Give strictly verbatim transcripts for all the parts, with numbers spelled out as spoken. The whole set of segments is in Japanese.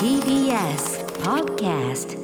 ティービーエス Podcast。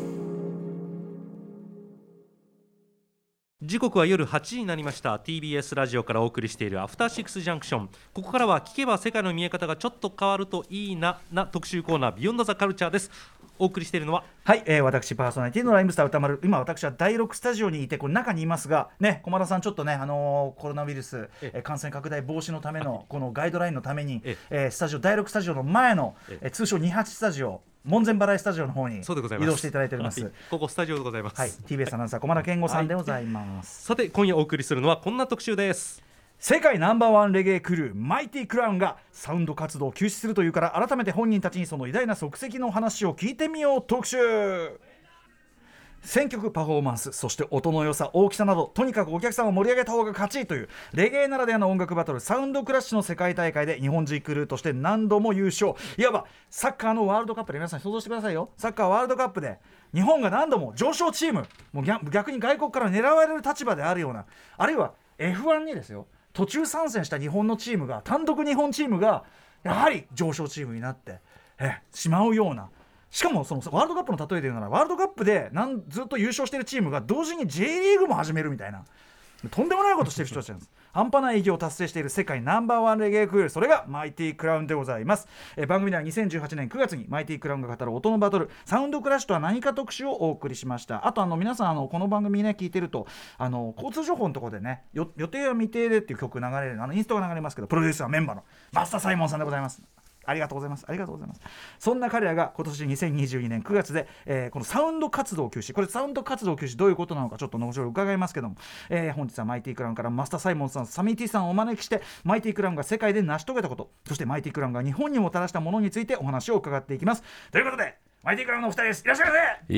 時刻は夜はちじになりました。 ティービーエス ラジオからお送りしているアフターシックスジャンクション。ここからは聞けば世界の見え方がちょっと変わるといいなな特集コーナービヨンドザカルチャーです。お送りしているのははい、えー、私パーソナリティのライムスター歌丸。今私はだいろくスタジオにいてこれ中にいますがね、駒田さんちょっとね、あのー、コロナウイルス、えー、感染拡大防止のためのこのガイドラインのために、ええー、スタジオだいろくスタジオの前の、えー、通称にじゅうはちスタジオ門前払いスタジオの方に移動していただいております。 ここスタジオでございます。 はい、ティービーエス アナウンサー駒田健吾さんでございます、 はい、さて今夜お送りするのはこんな特集です。 世界ナンバーワンレゲエクルーマイティクラウンがサウンド活動を休止するというから、改めて本人たちにその偉大な足跡の話を聞いてみよう特集。選曲パフォーマンス、そして音の良さ大きさなど、とにかくお客さんを盛り上げた方が勝ちというレゲエならではの音楽バトルサウンドクラッシュの世界大会で日本人クルーとして何度も優勝。いわばサッカーのワールドカップで、皆さん想像してくださいよ。サッカーワールドカップで日本が何度も上昇チーム、もう逆に外国から狙われる立場であるような、あるいは エフワン にですよ、途中参戦した日本のチームが、単独日本チームがやはり上昇チームになってえしまうような、しかもそのワールドカップの例えで言うなら、ワールドカップでなんずっと優勝しているチームが同時に J リーグも始めるみたいな、とんでもないことしてる人たちなんです。半端ない偉業を達成している世界ナンバーワンレゲエクール、それがマイティクラウンでございます。え番組ではにせんじゅうはちねんくがつにマイティクラウンが語る音のバトルサウンドクラッシュとは何か特集をお送りしました。あとあの皆さん、あのこの番組ね聞いてると、あの交通情報のところでね、よ予定は未定でっていう曲流れる、あのインストが流れますけど、プロデューサーメンバーのマスターサイモンさんでございます。ありがとうございますありがとうございます。そんな彼らが今年にせんにじゅうにねんくがつで、えー、このサウンド活動休止、これサウンド活動休止どういうことなのかちょっと後ほど伺いますけども、えー、本日はマイティクラウンからマスターサイモンさん、サミーティさんをお招きして、マイティクラウンが世界で成し遂げたこと、そしてマイティクラウンが日本にもたらしたものについてお話を伺っていきます。ということでマイティクラウンのお二人です。いらっしゃいませ。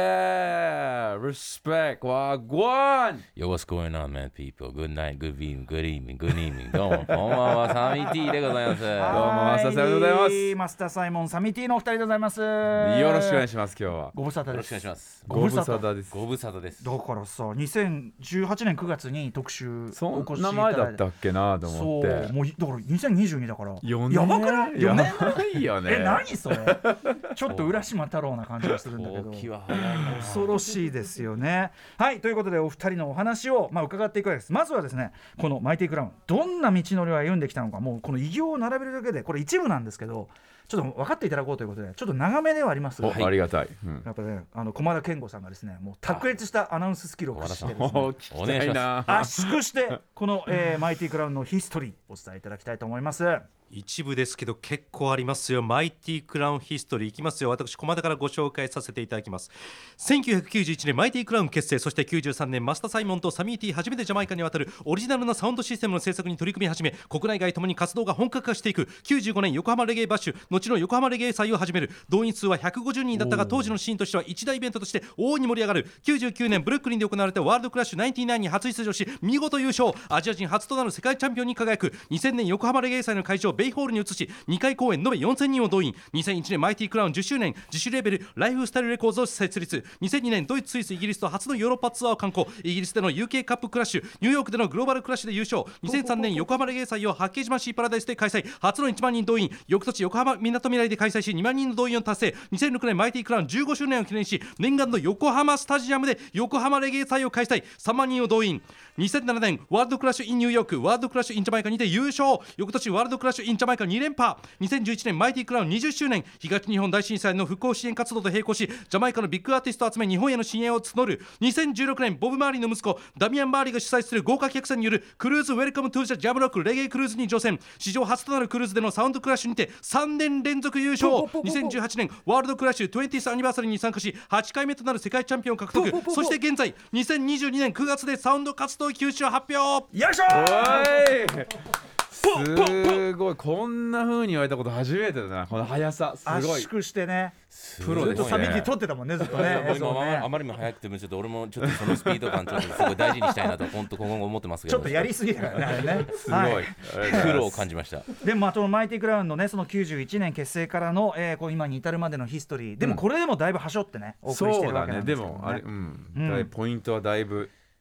Yeah, respect. Wagwan. Yo, what's going on, man, people? Good night, good evening, good evening, good evening. どうも、こんばんは、サミティでございます。どうも、マスターサイモンでございます。 マスターサイモン、サミティのお二人でございます。よろしくお願いします。今日はご無沙汰です。 よろしくお願いします。 ご無沙汰です。ご無沙汰です。 だからさ、にせんじゅうはちねんくがつに特集そんな前だったっけなと思って。 そう、もうだからにせんにじゅうにだからよねん、 やばくない？ やばいよね。 え、何それちょっと浦島太郎な感じがするんだけど、恐ろしいですよね。はい、ということでお二人のお話を、まあ、伺っていくわけです。まずはですね、このマイティクラウンどんな道のりを歩んできたのか、もうこの偉業を並べるだけでこれ一部なんですけど、ちょっと分かっていただこうということで、ちょっと長めではありますが、 はい、ありがたい、うん、 やっぱね、あの駒田健吾さんがですね、もう卓越したアナウンススキルを駆使してですね、 お願いします。 圧縮してこの、えー、マイティクラウンのヒストリーお伝えいただきたいと思います。 一部ですけど結構ありますよ。マイティクラウンヒストリーいきますよ。私駒田からご紹介させていただきます。せんきゅうひゃくきゅうじゅういちねんマイティクラウン結成、そしてきゅうじゅうさんねんマスターサイモンとサミーティ初めてジャマイカに渡るオリジナルなサウンドシステムの制作に取り組み始め、国内外ともに活動が本格化していく。きゅうじゅうごねん横浜レゲエバッシュ、後の横浜レゲエ祭を始める。動員数はひゃくごじゅうにんだったが、当時のシーンとしては一大イベントとして大いに盛り上がる。きゅうじゅうきゅうねんブルックリンで行われたワールドクラッシュナインティナインに初出場し見事優勝。アジア人初となる世界チャンピオンに輝く。にせんねん横浜レゲエ祭の会場をベイホールに移し、にかい公演延べよんせんにんを動員。にせんいちねんマイティクラウンじゅっしゅうねん自主レーベルライフスタイルレコーズを設立。にせんにねんドイツ、スイス、イギリスと初のヨーロッパツアーを敢行。イギリスでの ユーケー カップクラッシュ、ニューヨークでのグローバルクラッシュで優勝。にせんさんねん横浜レゲエ祭を八景島シーパラダイスで開催、初のいちまんにん動員。翌年横浜みなとみらいで開催しにまんにんの動員を達成。にせんろくねんマイティクラウンじゅうごしゅうねんを記念し、念願の横浜スタジアムで横浜レゲエ祭を開催、さんまんにんを動員。にせんななねんワールドクラッシュインニューヨーク、ワールドクラッシュインジャマイカにて優勝。翌年ワールドクラッシュインジャマイカに連覇。にせんじゅういちねんマイティクラウンにじゅっしゅうねん東日本大震災の復興支援活動と並行し、ジャマイカのビッグアーティストを集め日本への支援を募る。にせんじゅうろくねんボブ・マーリーの息子ダミアン・マーリーが主催する豪華客船によるクルーズウェルカムトゥージャジャムロックレゲエクルーズに乗船。史上初となるクルーズでのサウンドクラッシュにてさんねんれんぞく優勝。にせんじゅうはちねんワールドクラッシュ にじゅうアニバーサリーに参加しはちかいめとなる世界チャンピオンを獲得。そして現在にせんにじゅうにねんくがつでサウンド活動休止を発表。 よいしょー。すごい、こんな風に言われたこと初めてだな。この速さすごい圧縮してね、 プロですね。 ずっとサビキ撮ってたもんね、ずっとね。 今ね、あまりにも速くて、ちょっと俺もちょっとそのスピード感ちょっとすごい大事にしたいなと本当今後思ってますけど、 ちょっとやりすぎだからね。 すごい、はい、 苦労を感じました。 でもまあそのマイティクラウンのね、そのきゅうじゅういちねん結成からの、えー、こう今に至るまでのヒストリー、でもこれでもだいぶはしょってね、うん、お送りしてるわけなんですけどね。 そうだね。でもあれ、うん、うん、ポイントはだいぶ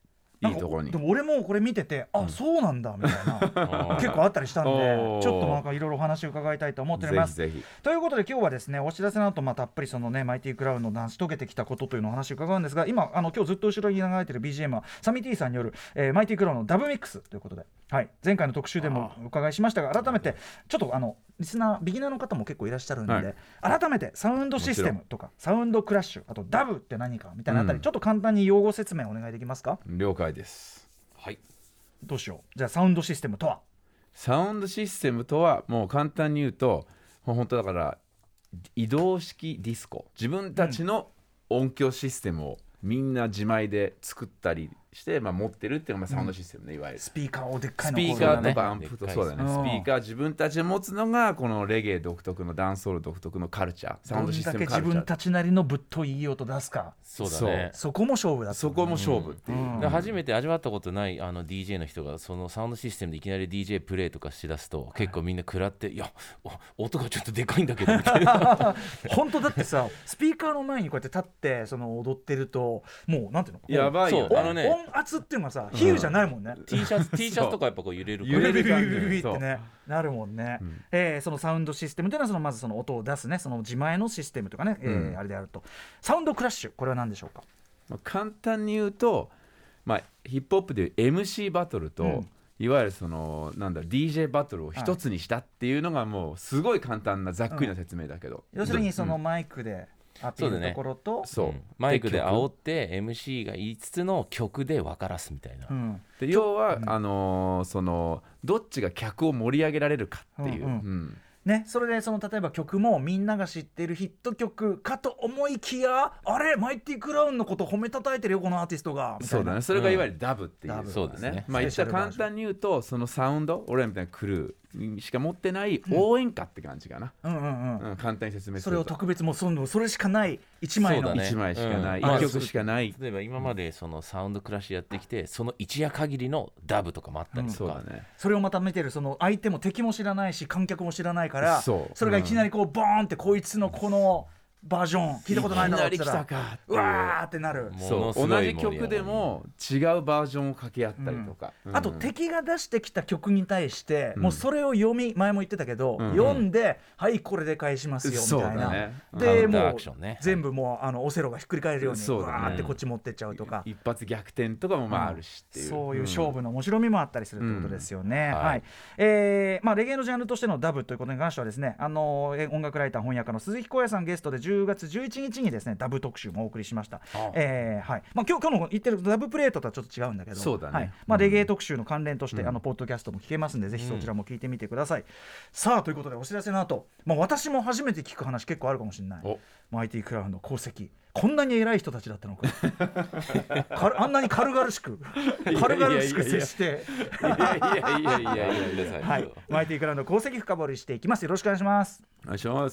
いいいところに。 でも俺もこれ見てて、あ、そうなんだみたいな結構あったりしたんで、ちょっとなんかいろいろお話を伺いたいと思っております。 ぜひぜひ。 ということで今日はですね、お知らせの後、まあたっぷりそのねマイティクラウンの成し遂げてきたことというのをお話を伺うんですが、今あの今日ずっと後ろに流れてる ビージーエム はサミティさんによる、えー、マイティクラウンのダブミックスということで、はい、前回の特集でもお伺いしましたが、改めてちょっとあのリスナービギナーの方も結構いらっしゃるんで、はい、改めてサウンドシステムとかサウンドクラッシュ、あとダブって何かみたいなあたり、うん、ちょっと簡単に用語説明お願いできますか？ 了解です。 はい、 どうしよう。じゃあサウンドシステムとはサウンドシステムとはもう簡単に言うと、もう本当だから移動式ディスコ、自分たちの音響システムをみんな自前で作ったりして、まあ、持ってるっていうのがサウンドシステムね、うん、いわゆるスピーカーをでっかいのスピーカーとかアンプと、そうだね、スピーカー自分たちで持つのがこのレゲエ独特のダンスホール独特のカルチャー、サウンドシステムカルチャー。 どんだけ自分たちなりのぶっといいい音出すか。 そうだね、 そこも勝負だった、 そこも勝負っていう、 うんうん、初めて味わったことないあの ディージェー の人がそのサウンドシステムでいきなり ディージェー プレイとかしだすと、はい、結構みんな食らって、いや音がちょっとでかいんだけどみたいな本当だってさ、スピーカーの前にこうやって立ってその踊ってるともうなんていうの、 やばいよ、 あの、ね、音圧っていうのがさ、比喩じゃないもんね、うん、 T シャツ T シャツとかやっぱこう揺れるから揺れるビビビビビってねなるもんね、うん、えー、そのサウンドシステムというのはそのまずその音を出すね、その自前のシステムとかね、うん、えー、あれであると。サウンドクラッシュ、これは何でしょうか？ まあ、簡単に言うと、まあ、ヒップホップでいう エムシー バトルと、うん、いわゆるそのなんだ ディージェー バトルを一つにしたっていうのがもうすごい簡単なざっくりな説明だけど、 うん、要するにそのマイクでアピールのところと、 そう、ね、 そう、マイクで煽って エムシー が言いつつの曲で分からすみたいな、うん、 で要は、うん、あのー、そのどっちが客を盛り上げられるかっていう、うんうんうん、ね、それでその例えば曲もみんなが知っているヒット曲かと思いきや、あれマイティクラウンのこと褒めたたえてるよこのアーティストがみたいな。 そうだね、それがいわゆるダブっていう、 うん、そうですね。 まあ言ったら簡単に言うと、そのサウンド、俺らみたいなクルーしか持ってない応援歌って感じかな、うんうんうんうん、簡単に説明するとそれを特別もうそのそれしかないいちまいの、 ね、いちまいしかない、うん、いっきょくしかない。 例えば今までそのサウンドクラッシュやってきて、その一夜限りのダブとかもあったりとか、うん、 そうだね、 それをまた見てるその相手も敵も知らないし観客も知らないから、そ, それがいきなりこうボーンってこいつのこのバージョン聞いたことないんだろうって言ったらうわーってなる。 そう同じ曲でも違うバージョンを掛け合ったりとか、 うんうん、あと敵が出してきた曲に対して、うん、もうそれを読み、前も言ってたけど、うんうん、読んではいこれで返しますよみたいな、ね、でもう、ね、全部もうあのオセロがひっくり返るようにうわーってこっち持ってっちゃうとか、 一発逆転とかもまああるしっていう、うん、 そういう勝負の面白みもあったりするということですよね、うん、はい、はい、えーまあ、レゲエのジャンルとしてのダブということに関してはですね、あの音楽ライター翻訳家の鈴木浩也さんゲストでじゅうがつじゅういちにちにですねダブ特集もお送りしました。ああ、えーはいまあ、今日今日の言ってるダブプレートとはちょっと違うんだけど、 そうだね、はい、 まあ、レゲエ特集の関連として、うん、あのポッドキャストも聞けますんで、ぜひそちらも聞いてみてください、うん、さあということでお知らせの後、まあ、私も初めて聞く話結構あるかもしれない。マイティクラウンの功績、こんなに偉い人たちだったのかあんなに軽々しく軽々しく接していやいやいやいやいやいやはい、マイティクラウンの功績深掘りしていきます。よろしくお願いします。 お願いします。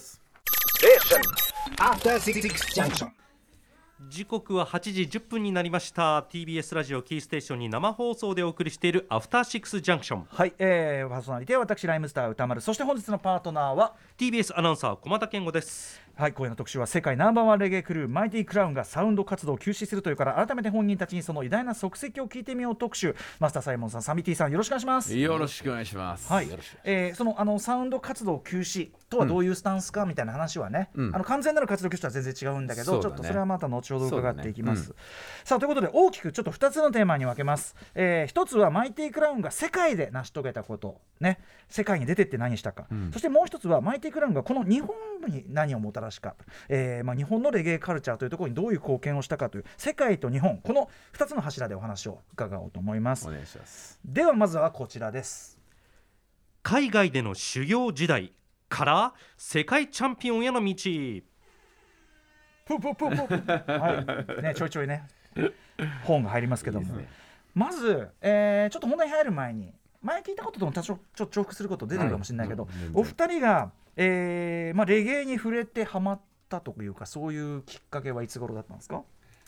時刻ははちじじゅっぷんになりました。 ティービーエス ラジオキーステーションに生放送でお送りしているアフターシックスジャンクション、 はい、えー、パーソナリティは私ライムスター歌丸、そして本日のパートナーはティービーエス アナウンサー駒田健吾です。 はい、今夜の特集は世界ナンバーワンレゲエクルーマイティクラウンがサウンド活動を休止するというから、改めて本人たちにその偉大な足跡を聞いてみよう特集。マスターサイモンさん、サミティさん、よろしくお願いします。 よろしくお願いします。 はい、えー、そのあのサウンド活動休止とはどういうスタンスかみたいな話はね、うん、あの完全なる活動休止とは全然違うんだけど、ね、ちょっとそれはまた後ほど伺っていきます、ね、うん、さあということで大きくちょっとふたつのテーマに分けます、えー、ひとつはマイティクラウンが世界で成し遂げたことね、世界に出てって何したか、うん、そしてもう一つはマイティクラウンがこの日本に何をもたらしか、えーまあ、日本のレゲエカルチャーというところにどういう貢献をしたかという、世界と日本、このふたつの柱でお話を伺おうと思います。 お願いします。 ではまずはこちらです。 海外での修行時代から世界チャンピオンへの道。 プープープープーはいね、ちょいちょいね本が入りますけども、いいですね、まず、えー、ちょっと本題に入る前に、前聞いたこととも多少ちょっと重複すること出てるかもしれないけど、うんうん、お二人が、えーまあ、レゲエに触れてハマったというか、そういうきっかけはいつ頃だったんですか？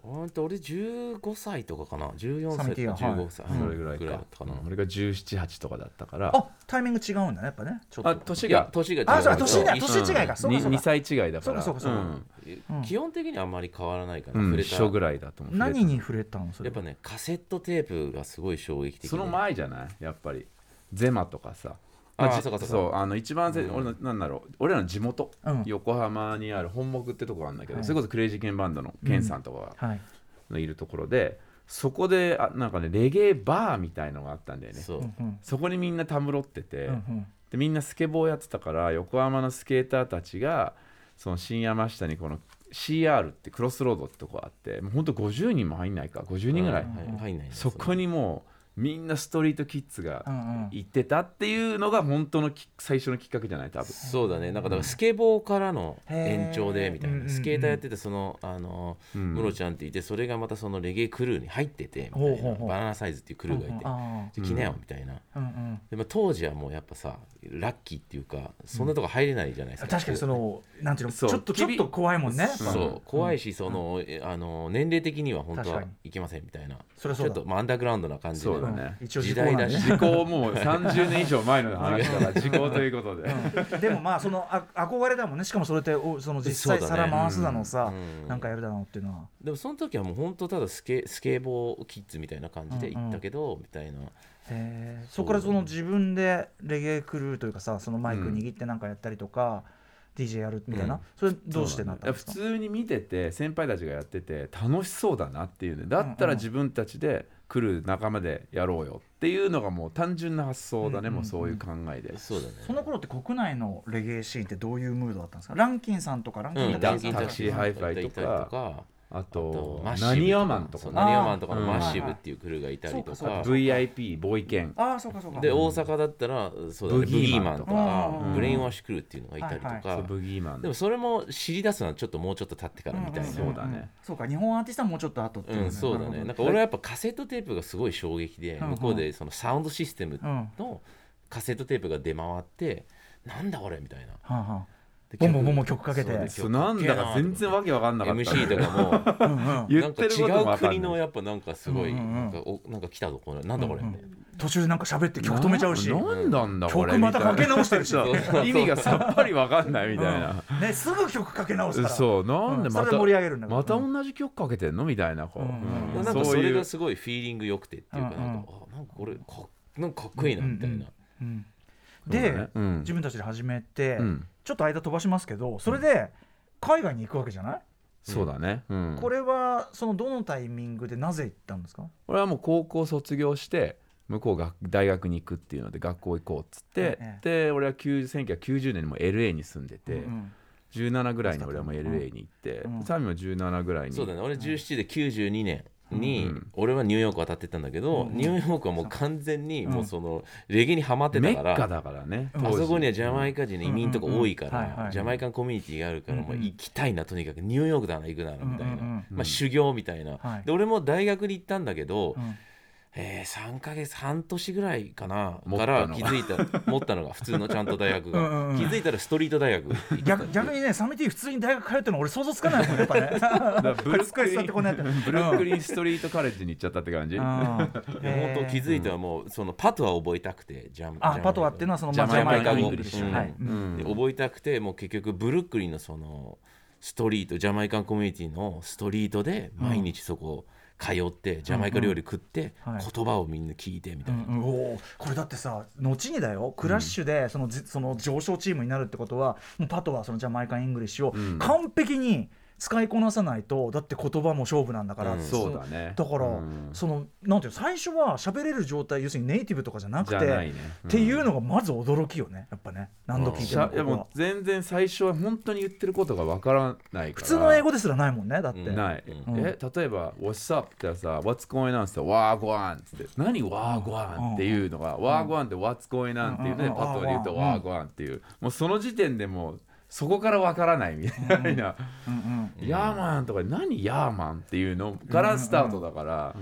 ほんと俺じゅうごさいとかかな、じゅうよんさいとかサミティがじゅうごさい、 それぐらいか、 だったかな、 うん俺がじゅうなな、はちとかだったからあタイミング違うんだねやっぱねちょっとあ年いやが年が違うあそうだけど年だ年違いかそうかそうかにさい違いだからそうかそうかそうかんうん基本的にはあんまり変わらないかな、 うん触れた一緒ぐらいだと思う。 何に触れたのそれやっぱねカセットテープがすごい衝撃的で、 その前じゃないやっぱりゼマとかさあーまじそうかそうかそうあの一番せ、 うん俺のなんだろう俺らの地元、 うん横浜にある本木ってとこがあるんだけど、 はいそれこそクレイジーケンバンドのケンさんとかはいがいるところで、そこであなんかねレゲエバーみたいのがあったんだよね。 そう、 うんうんそこにみんなたむろってて、 うんうんでみんなスケボーやってたから横浜のスケーターたちがその新山下にこの シーアール ってクロスロードってとこあってもうほんとごじゅうにんも入んないかごじゅうにんぐらい、 はいはい入んないんですそこにもうみんなストリートキッズがうんうん行ってたっていうのが本当のき最初のきっかけじゃない多分。 そうだね、なんかだからスケボーからの延長でみたいな、 へースケーターやっててそのあのうんムロちゃんっていて、それがまたそのレゲエクルーに入っててみたいな、 ほうほうほうバナナサイズっていうクルーがいて、 あで来なよみたいな、 ーうんうんでも当時はもうやっぱさラッキーっていうかそんなとこ入れないじゃないですか、 確かにそのなんていうのちそうょっとちょっと怖いもんねやっぱそう怖いし、その、えあの年齢的には本当は確かにいけませんみたいな、 そりゃそうだちょっと、まあ、アンダーグラウンドな感じでそうだね一応時時代だし時効もうさんじゅうねん以上前の話だから時効ということで、 うんでもまあそのあ憧れだもんねしかもそれっておその実際そうだね皿回すだのさうんなんかやるだのっていうのはでもその時はもう本当ただスケスケボーキッズみたいな感じで行ったけど、みたいなへーそこからその自分でレゲエクルーというかさそのマイク握ってなんかやったりとか、ディージェー やるみたいな、 うんそれどうしてなったんですか普通に見てて先輩たちがやってて楽しそうだなっていうねだったら自分たちで来る仲間でやろうよっていうのがもう単純な発想だね、 うんもうそういう考えで、 そうだねその頃って国内のレゲエシーンってどういうムードだったんですかランキンさんとかランキンうん、 だダンキンったんですかタクシーハイファイとか行ったりとかああとマッシブナニワマンとかねそうナニワマンとかのうんマッシブっていうクルーがいたりとか、 そうかそうかブイアイピー ボーイケンああそうかそうかで大阪だったらそうだね、 ブブギーマンとギーマンとかかブレインワッシュクルーっていうのがいたりとか、 はいそうブギーマンでもそれも知り出すのはちょっともうちょっと経ってからみたいな、 んんんそうだねそうか日本アーティストはもうちょっと後っていうねうん、そうだね。なんか俺はやっぱカセットテープがすごい衝撃で、 うんうん向こうでそのサウンドシステムうんのカセットテープが出回って、なんだこれみたいな。 はあはでボンボンボンボン曲かけてそうでそうなんだか全然わけわかんなかったエムシー とかもあうんうん言ってることもなんわかんないか違う国のやっぱなんかすごい、 うんうんうんなんかおなんか来たぞこれなんだこれ、 うんうんみたいな途中でなんか喋って曲止めちゃうしななんなんだこれ曲またかけ直してるしみたいなそう意味がさっぱりわかんないみたいな、 ねすぐ曲かけ直すからそうなんでうんそれでまた、 盛り上げるんだけどまた同じ曲かけてんのみたいなこう、 うんうんなんかそそういうれがすごいフィーリング良くてっていうか、 うんうんなんかあなんかこれかなんかかっこいいなみたいな、 うんそうだでねうん自分たちで始めてうんちょっと間飛ばしますけどそれで海外に行くわけじゃないそうだね、うん、 これはそのどのタイミングでなぜ行ったんですか俺はもう高校卒業して向こうが大学に行くっていうので学校行こうっつって、 えで俺はきゅうせんきゅうひゃくきゅうじゅうねんにも エルエー に住んでて、 うんじゅうななぐらいに俺はもう エルエー に行って、 うんサミもじゅうななぐらいにそうだね俺じゅうななできゅうじゅうにねんに、 うん俺はニューヨーク渡ってったんだけど、 うんニューヨークはもう完全にうんもうそのレゲエにハマってたから、 メッカだからね、 うんあ当時そこにはジャマイカ人の移民とか多いかうんうんうんはいはいらジャマイカンコミュニティがあるからうんうんもう行きたいなとにかくニューヨークだな行くならみたいな、 うんうんうんまあ、修行みたいな、 はいで俺も大学に行ったんだけど、 うんえー、さんかげつ半年ぐらいかなか持ったのら気づいた持ったのが普通のちゃんと大学がうんうんうん気づいたらストリート大学行ってた逆逆にねサミティ普通に大学通ってるの俺想像つかないもんやっぱねだからブルックリこれ使い座ってこんなやってンブルックリンストリートカレッジに行っちゃったって感じ、 あ本当気づいたらもうそのパトは覚えたくてジャンあパトワっていうのはそのジャマイカまあジャマイカイングリッシュイングリッシュはいうんで覚えたくてもう結局ブルックリンのそのストリートジャマイカンコミュニティのストリートで毎日そこ通ってジャマイカ料理食ってはい言葉をみんな聞いてみたいな、 うんうんおーこれだってさ後にだよクラッシュでそのじその上昇チームになるってことはもうパトはそのジャマイカンイングリッシュをうん完璧に使いこなさないとだって言葉も勝負なんだから、 うんそうだねだから、 うんそのなんていうの最初は喋れる状態要するにネイティブとかじゃなくてじゃないね、 っていうのがまず驚きよねやっぱね何度聞いてもいやもう全然最初は本当に言ってることがわからないから普通の英語ですらないもんねだって、 うんない、 うんえ例えば「What's up?」ってさ「What's going on?」って言ったら「Wah Guan」って何「Wah Guan」っていうのが「Wah Guan」って What's going on っていうのでうんパッと言うと「 うん Wah Guan」っていうもうその時点でもうそこからわからないみたいなうんうん 「ヤーマン」とか「何ヤーマン」っていうのからスタートだから、うん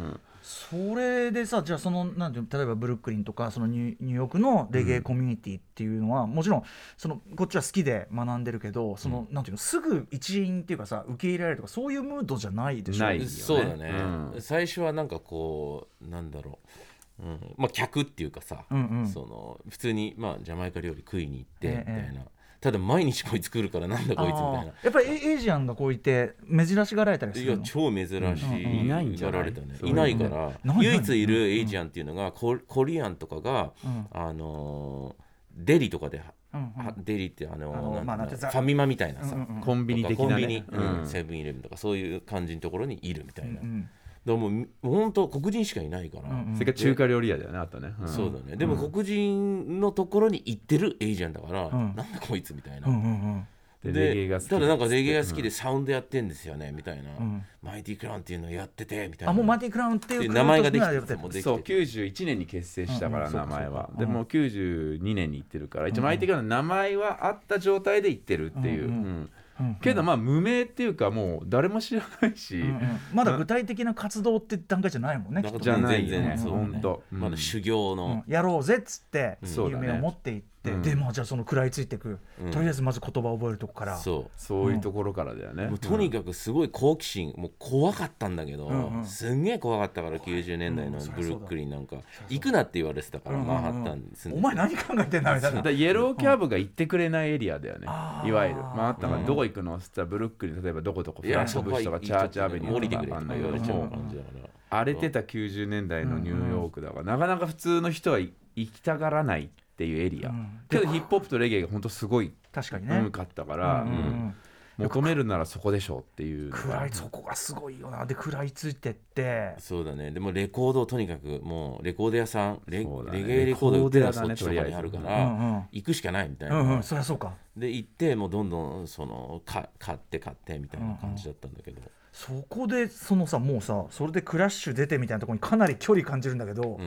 それでさ、じゃあそのなんていうの、例えばブルックリンとかそのニュニューヨークのレゲエコミュニティっていうのは、うん、もちろんそのこっちは好きで学んでるけど、その、うん、なんていうの、すぐ一員っていうかさ、受け入れられるとかそういうムードじゃないでしょ。 ないよね。 そうだね、 うん、 最初はなんかこうなんだろう、うん、まあ客っていうかさ、うんうん、その普通にまあジャマイカ料理食いに行ってみたいな、ええ、ただ毎日こいつ来るからなんだこいつみたいな。 やっぱりエイジアンがこういって珍しがられたりするの？ いや超珍しい、うん、 いないんじゃない？ られたね、いないから、唯一いるエイジアンっていうのが、うん、コ, コリアンとかが、うん、あのデリとかで、うんうん、デリってあの、あのなんていうの、ファミマみたいなさ、うんうん、 コンビニ的な、ね、 コンビニ、うん、セブンイレブンとかそういう感じのところにいるみたいな、うんうん、でももう本当黒人しかいないから、うんうん、 それから中華料理屋だよね、あとね、 うん、そうだね。でも黒人のところに行ってるエイジアンだから、うん、なんだこいつみたいな、うんうんうん、でレゲエが好きで、ただなんかレゲエが好きでサウンドやってんですよね、うん、みたいな、うん、マイティクラウンっていうのをやっててみたいな。 あ、もうマイティクラウンっていう名前ができてる。もうできてる。 そう、きゅうじゅういちねんに結成したから、うんうん、名前は、うん、でもきゅうじゅうにねんに行ってるから、うん、一応マイティクラウンの名前はあった状態で行ってるっていう、うんうんうんうん、けどまあ無名っていうかもう誰も知らないし、うんうん、 まだ具体的な活動って段階じゃないもんね。 じゃないよね、 本当、 うん、 まだ修行の、 うん、やろうぜっつって夢を持っていって、うん、でもじゃあその食らいついていく、うん、とりあえずまず言葉を覚えるとこから、 そうそういうところからだよね、 うん、もうとにかくすごい好奇心、もう怖かったんだけど、うんうん、すんげえ怖かったから、きゅうじゅうねんだいのブルックリンなんか、うん、行くなって言われてたから、うんうんうん、マンハッタンに住んで、 お前何考えてんだみたいな。 だイエローキャブが行ってくれないエリアだよね、うん、いわゆるマンハッタンがどこ行くのって言ったらブルックリン、例えばどこどこフラッシュブッシュとかチャーチアベニューとかあんだけど、荒れてたきゅうじゅうねんだいのニューヨークだから、なかなか普通の人は行きたがらないっていうエリア、うん、けどヒップホップとレゲエが本当すごい確かにね、 うかったから、うんうんうん、求めるならそこでしょっていう。 食らいそこがすごいよな。で食らいついてって、 そうだね。でもレコードをとにかくもうレコード屋さん レ,、ね、レゲエレコード売ってたらそっちとかにあるから、うんうん、行くしかないみたいな、 うんうん、そりゃそうか。 で行ってもうどんどんそのか買って買ってみたいな感じだったんだけど、うんうん、 そこでそのさ、もうさそれでクラッシュ出てみたいなところにかなり距離感じるんだけど、うん、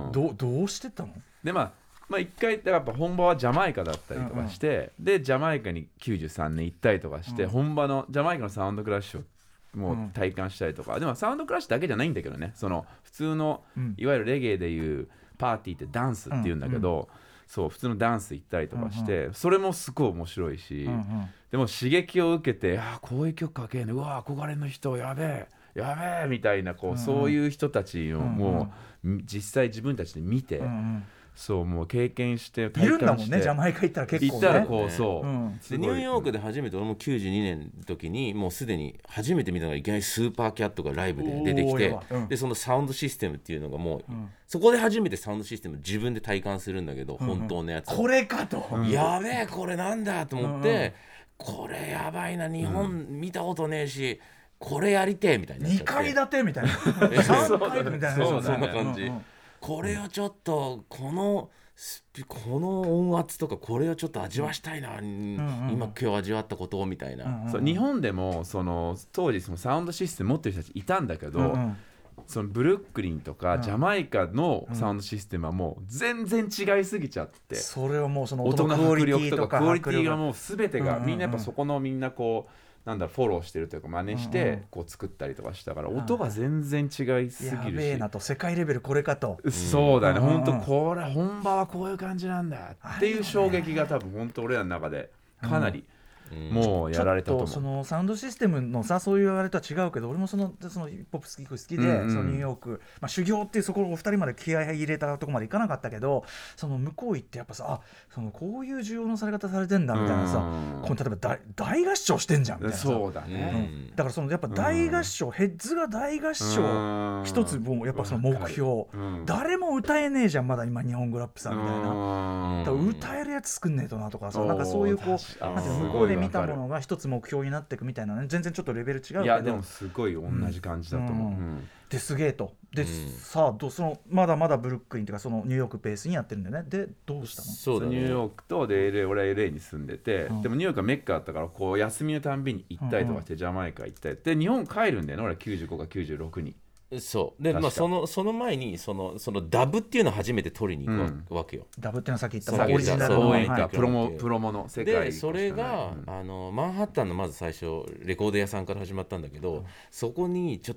ど, どうしてったの？ でまあまあ、一回やっぱ本場はジャマイカだったりとかして、うんうん、でジャマイカにきゅうじゅうさんねん行ったりとかして、うん、本場のジャマイカのサウンドクラッシュをもう体感したりとか、うん、でもサウンドクラッシュだけじゃないんだけどね、その普通の、うん、いわゆるレゲエでいうパーティーってダンスっていうんだけど、うんうん、そう普通のダンス行ったりとかして、うんうん、それもすごい面白いし、うんうん、でも刺激を受けて、あこういう曲かけんね、うわ憧れの人やべえやべえみたいなこう、うんうん、そういう人たちをもう、うんうん、実際自分たちで見て、うんうん、そうもう経験して体感しているんだもんね、ジャマイカ行ったら結構ね、 行ったらこうそう、うん、 でニューヨークで初めて、俺もきゅうじゅうにねんの時にもうすでに初めて見たのがいきなりスーパーキャットがライブで出てきて、うん、でそのサウンドシステムっていうのがもう、うん、そこで初めてサウンドシステム自分で体感するんだけど、うんうん、本当のやつこれかと、 うん、やべえこれなんだと思って、うんうん、これやばいな、日本見たことねえし、これやりてえみたいな、 にかい建てみたいなさんかいみたいな、 そうそんな感じ、うんうん、これをちょっとこのこの音圧とかこれをちょっと味わしたいな、うんうん、今今日味わったことをみたいな、うんうん、 そう日本でもその当時そのサウンドシステム持ってる人たちいたんだけど、うんうん、そのブルックリンとかジャマイカのサウンドシステムはもう全然違いすぎちゃって、 それはもうその音の迫力とかクオリティがもう全てがみんなやっぱそこのみんなこうなんだフォローしてるというか真似してこう作ったりとかしたから、音が全然違いすぎるし、 やべえなと、世界レベルこれかと、 そうだね、本当これ本場はこういう感じなんだっていう衝撃が多分本当俺らの中でかなりもうやられたと思う。 ちょっとそのサウンドシステムのさ、そういうあれとは違うけど、俺もそのそのヒップホップ好き好きで、うんうん、そのニューヨーク、まあ、修行っていうそこお二人まで気合い入れたとこまでいかなかったけど、その向こう行ってやっぱさ、あそのこういう需要のされ方されてんだみたいなさ、この例えば 大, 大合唱してんじゃんみたいなさ、 そうだね、 うん、だからそのやっぱ大合唱、ヘッズが大合唱一つもやっぱその目標、誰も歌えねえじゃんまだ今日本語ラップさんみたいな、だから歌えるやつ作んねえとなとかさ、なんかそういうこうなんていうの向こうで見たものが一つ目標になっていくみたいなね、全然ちょっとレベル違うけど、 いやでもすごい同じ感じだと思う、うんうん、 ですげえとで、うん、さあどそのまだまだブルックリンというかそのニューヨークベースにやってるんだよね。でどうしたの？ そうだ、ね、ニューヨークとで エルエー、俺は エルエー に住んでて、うん、でもニューヨークはメッカだったからこう休みのたんびに行ったりとかして、うん、ジャマイカ行ったりで日本帰るんだよね、俺はきゅうじゅうごかきゅうじゅうろくに。 そうで、まあ、そのその前にそのそのダブっていうのを初めて取りに行くわけよ、 うん、ダブっていうのはさっき言ったオリジナルの、はい、プロモプロモの世界で、それが、うん、あのマンハッタンのまず最初レコード屋さんから始まったんだけど、うん、そこにちょっと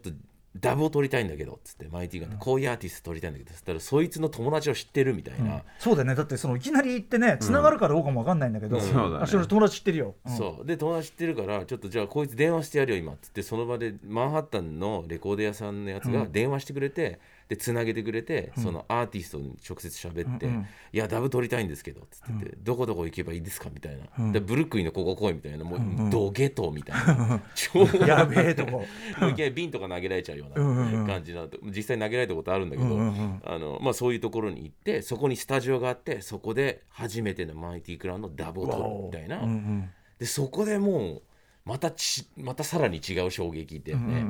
ダブを撮りたいんだけどっつってマイティが、うん、こういうアーティスト撮りたいんだけど、そしたらそいつの友達を知ってるみたいな、うん、 そうだよね。だってそのいきなり行ってねつながるかどうかも分かんないんだけど、うん、そうだね、友達知ってるよ、 うん、そうで友達知ってるからちょっとじゃあこいつ電話してやるよ今っつって、その場でマンハッタンのレコード屋さんのやつが電話してくれて、うん、でつなげてくれて、うん、そのアーティストに直接喋って、うんうん、いやダブ撮りたいんですけどっつってて、うん、どこどこ行けばいいですかみたいな、うん、でブルックリンのここ来いみたいな、もう、うん、ドゲトみたいな超やべえとこもういきなり瓶とか投げられちゃうような感じな、実際投げられたことあるんだけど、うんうんうん、あのまあ、そういうところに行って、そこにスタジオがあって、そこで初めてのマイティクラウンのダブを撮るみたいな、うんうん、でそこでもうまたちまたさらに違う衝撃でね、うんうんうん、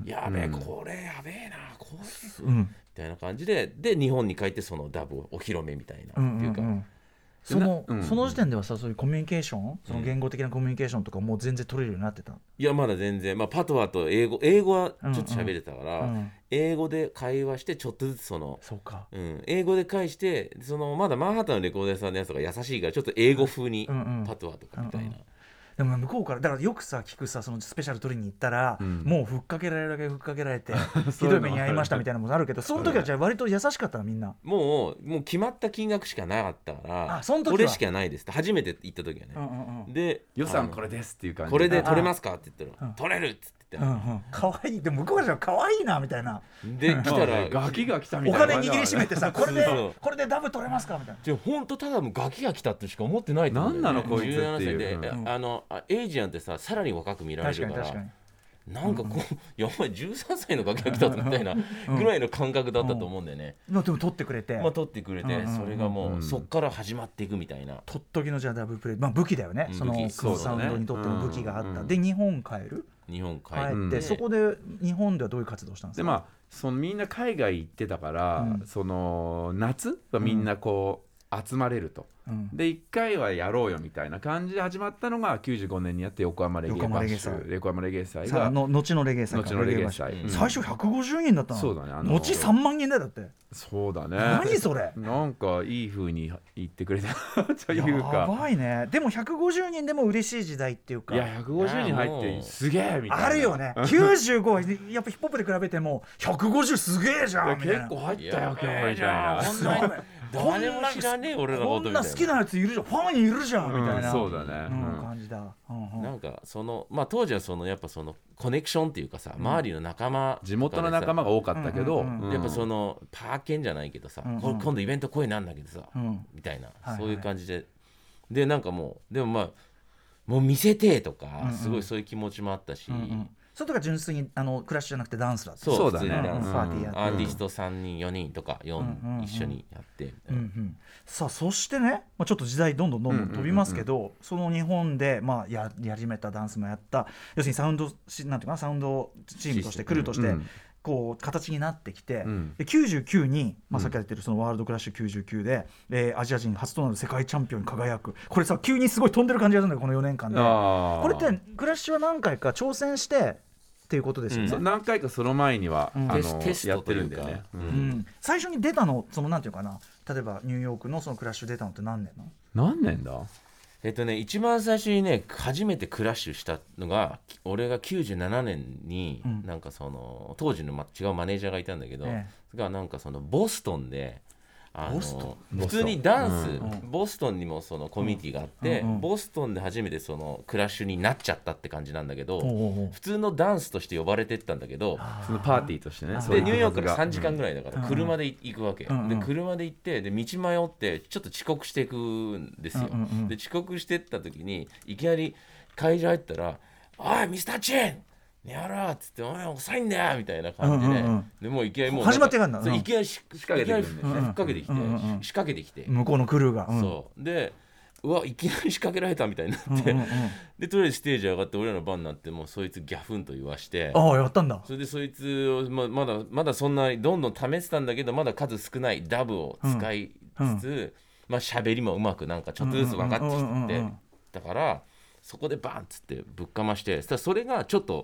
やべえ、これやべえな、こういう、うん、みたいな感じで、で日本に帰ってそのダブをお披露目みたいな、うんうんうん、っていうか、 その、うん、その時点ではさ、そういうコミュニケーション、その言語的なコミュニケーションとかもう全然取れるようになってた？ いやまだ全然、まあ、パトワと英語英語はちょっと喋れたから、うんうん、英語で会話してちょっとずつそのそうか、 うん、英語で返して、そのまだマンハッタンのレコード屋さんのやつが優しいからちょっと英語風にパトワとかみたいな、うんうんうんうん、 でも向こうからだからよくさ聞くさ、そのスペシャル取りに行ったら、うん、もうふっかけられるだけふっかけられてひどい目に遭いましたみたいなのもあるけど、その時はじゃあ割と優しかったのみんな。 もうもう決まった金額しかなかったから、 あその時はこれしかないです初めて行った時はね、うんうんうん、で予算これですっていう感じで、 これで取れますかって言ったら、取れるっつって、 うんうん、かわいい。でも向こうからじゃかわいいなみたいなで来たらガキが来たみたいな、 お金握りしめてさこれでこれでダブ取れますかみたいな。 じゃ本当ただガキが来たってしか思ってないと思うんだよね。 何なのこいつっていう、 じゅうななさいで、うん、あのエイジアンってささらに若く見られるから、確かに確かに、なんかこう、うん、いやお前じゅうさんさいのガキが来たみたいなぐらいの感覚だったと思うんだよね、 うんうん、でも撮ってくれて、 まあ、撮ってくれて、うんうん、それがもう、うん、そっから始まっていくみたいな、 とっときのじゃあダブルプレイ、まあ、武器だよね、うん、そのサウンドにとっての武器があった、うんうん、で日本帰る日本帰って、うん、そこで日本ではどういう活動したんですか？ で、まあ、そのみんな海外行ってたから、うん、その夏はみんなこう、うん、集まれると、うん、でいっかいはやろうよみたいな感じで始まったのがきゅうじゅうごねんにやって横浜レゲエバッシュ、横浜レゲエ祭がの後のレゲエ祭か、 後のレゲエ祭、 うん、最初ひゃくごじゅうにんだったの。 そうだね、あの後さんまんにんだよだって。 そうだね、 何それ、 なんかいい風に言ってくれたというか、 やばいね。でもひゃくごじゅうにんでも嬉しい時代っていうか、 いやひゃくごじゅうにん入ってすげえみたいなあるよね。きゅうじゅうごはやっぱヒップホップで比べてもひゃくごじゅうすげえじゃんみたいな、 結構入ったよ今日みたいな、 誰も知らねえ俺らのことみたいな、 こんな好きなやついるじゃん、ファンいるじゃんみたいな、 うん、そうだね、 うん、感じだ、うんうん、 なんかそのまあ当時はそのやっぱそのコネクションっていうかさ、周りの仲間、 地元の仲間が多かったけど、 うんうんうん、 やっぱそのパーケンじゃないけどさ、うんうん、これ今度イベント声なんだけどさ、うん、みたいな、はいはい、そういう感じで、でなんかもうでもまあもう見せてとか、うんうん、すごいそういう気持ちもあったし、うんうん、 それとか純粋にあのクラッシュじゃなくてダンスだった。 そうだね、 パーティーやって、 アーティストさんにんよにんとかよん、うんうんうん、一緒にやって、うんうん、 さあそしてね、まあ、ちょっと時代どんどんどんどん飛びますけど、うんうんうんうん、その日本で、まあ、や, やり始めたダンスもやった、要するにサウンドなんていうかな、サウンドチームとしてクルーとして、うんうん、こう形になってきて、うん、できゅうじゅうきゅうに、まあ、さっき言ってるそのワールドクラッシュきゅうじゅうきゅうで、えー、アジア人初となる世界チャンピオンに輝く。これさ急にすごい飛んでる感じがするんだよこのよねんかんで。これってクラッシュは何回か挑戦してっていうことですよね、 うん、何回かその前には、うん、あのテスやってるんだよね、 うんうん、最初に出たのそのなんていうかな、例えばニューヨークのそのクラッシュ出たのって何年なの？ 何年だえっとね、一番最初にね初めてクラッシュしたのが俺がきゅうじゅうななねんに、うん、なんかその当時の、ま、違うマネージャーがいたんだけど、ええ、がなんかそのボストンであのボストン普通にダンス、うん、ボストンにもそのコミュニティがあって、うんうん、ボストンで初めてそのクラッシュになっちゃったって感じなんだけど、うん、普通のダンスとして呼ばれてったんだけど、 そのパーティーとしてね、 でニューヨークからさんじかんぐらいだから車で行くわけ、うん、で車で行ってで道迷ってちょっと遅刻していくんですよ、うんうんうん、で遅刻してった時にいきなり会場入ったら「おいミスターチェンやろうっつってお前遅いんだよみたいな感じで、うんうんうん、でもういきなりもう始まってからんだ、 いきなり仕掛けてきて、 うんうん、 仕掛けてきて、うんうん、仕掛けてきて向こうのクルーが、うん、 そうでうわいきなり仕掛けられたみたいになって、うんうんうん、でとりあえずステージ上がって俺らの番になってもうそいつギャフンと言わして、 ああやったんだ。 それでそいつを ま, まだまだそんなにどんどん試してたんだけどまだ数少ないダブを使いつつ、うんうん、まあ喋りもうまくなんかちょっとずつ分かってきて、うんうんうんうん、だからそこでバンっつってぶっかまして、それがちょっと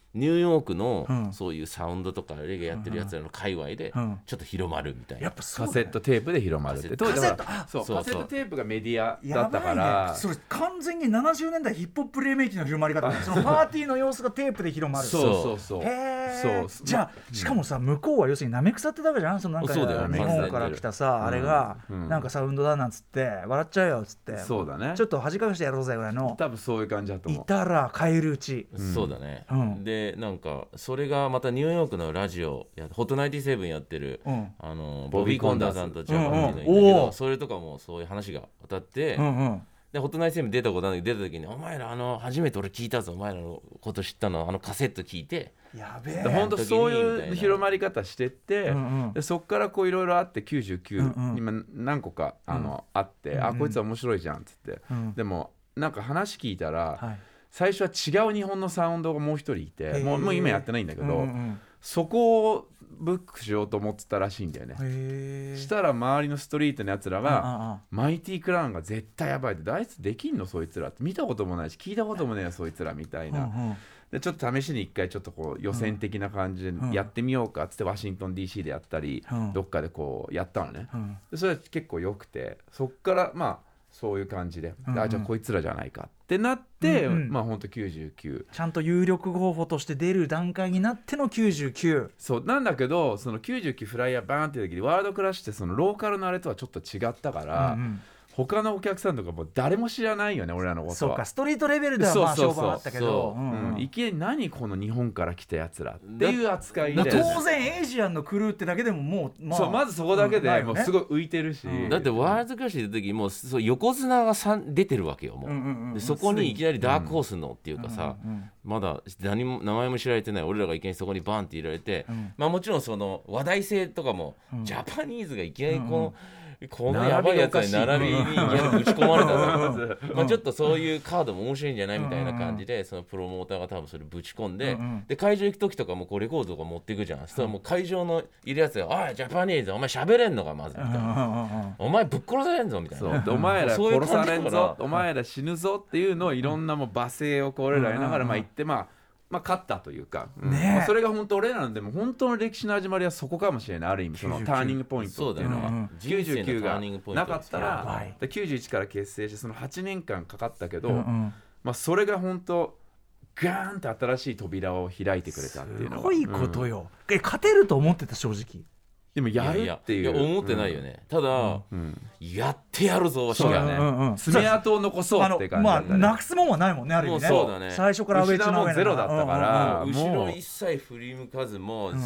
ニューヨークの、 うん、 そういうサウンドとかレゲエやってるやつらの界隈でちょっと広まるみたいな、 やっぱそうカセットテープで広まるって当時だからそうそうそうカセットテープがメディアだったかやばいら、 ね、それ完全にななじゅうねんだいヒップホップ黎明期の広まり方そのパーティーの様子がテープで広まるそうそうそうへそうーじゃあ、うん、しかもさ向こうは要するになめくさってたわけじゃんそのなんかそうだよ日本から来たさ、うん、あれが、うん、なんかサウンドだなんつって笑っちゃうよっつってそうだねちょっと恥かかしてやろうぜぐらいの多分そういう感じだと思ういたら返るうち、 うん、そうだね、 うん、 でなんかそれがまたニューヨークのラジオやホットナインティセブンやってる、うん、あのボビー・コンダーさんとジャパンっていうのがいるんだけど、うんうん、それとかもそういう話が渡って、うんうん、でホットナインティセブン出たことあるんだけど出た時にお前らあの初めて俺聞いたぞお前らのこと知ったのあのカセット聞いてやべえ本当そういう広まり方してって、うんうん、でそっからこういろいろあってきゅうじゅうきゅう、うんうん、今何個かあの、うん、あって、うん、あこいつは面白いじゃんっつって、うん、でもなんか話聞いたら、はい、最初は違う日本のサウンドがもう一人いてもう、もう今やってないんだけど、うんうん、そこをブックしようと思ってたらしいんだよね。へしたら周りのストリートのやつらが、あああマイティクラウンが絶対やばいってあいつできんのそいつらって見たこともないし聞いたこともねえそいつらみたいな、うんうん、でちょっと試しに一回ちょっとこう予選的な感じでやってみようかっつってワシントン ディーシー でやったり、うん、どっかでこうやったのね、うん、でそれは結構良くてそっからまあそういう感じで、うんうん、あじゃあこいつらじゃないかってなって、うんうん、まあほんときゅうじゅうきゅうちゃんと有力候補として出る段階になってのきゅうじゅうきゅうそうなんだけどそのきゅうじゅうきゅうフライヤーバーンっていう時にワールドクラッシュってそのローカルのあれとはちょっと違ったから、うんうん他のお客さんとかもう誰も知らないよね俺らのことはそうかストリートレベルではまあ評判あったけどいきなり何この日本から来たやつらっていう扱いで当然エイジアンのクルーってだけでももう、 まあ、そうまずそこだけでもうすごい浮いてるし、 うん、だってワールドクラッシュの時もうそう横綱がさん出てるわけよもう、うんうんうん、でそこにいきなりダークホースのっていうかさ、うんうんうん、まだ何も名前も知られてない俺らがいきなりそこにバンって入れられて、うん、まあもちろんその話題性とかも、うん、ジャパニーズがいきなりこの、うんうんこのやばいやつに並びにぶち込まれたらまあちょっとそういうカードも面白いんじゃないみたいな感じでそのプロモーターが多分それぶち込んでで会場行く時とかもこうレコードとか持っていくじゃんそしたらもう会場のいるやつがおいジャパニーズお前喋れんのかまずみたいなお前ぶっ殺されんぞみたいなお前ら殺されんぞお前ら死ぬぞっていうのをいろんなもう罵声をこう俺らやりながらまあ言ってまあまあ、勝ったというか、うんねまあ、それが本当俺らのでも本当の歴史の始まりはそこかもしれないある意味そのターニングポイントっていうのは、うん、きゅうじゅうきゅうがなかったらきゅうじゅういちから結成してそのはちねんかんかかったけど、うんうんまあ、それが本当ガーンって新しい扉を開いてくれたっていうのがすごいことよ、うん、え勝てると思ってた正直でもやるっていういやいや思ってないよね、うん、ただ、うんうん、やってやるぞわしがね、 うんうん、爪痕を残そうって感じだったね、 まあ、なくすもんはないもんねある意味ねそうだね最初から上地の上ゼロだったから、 うんうんうん、後ろ一切振り向かずもう、うん、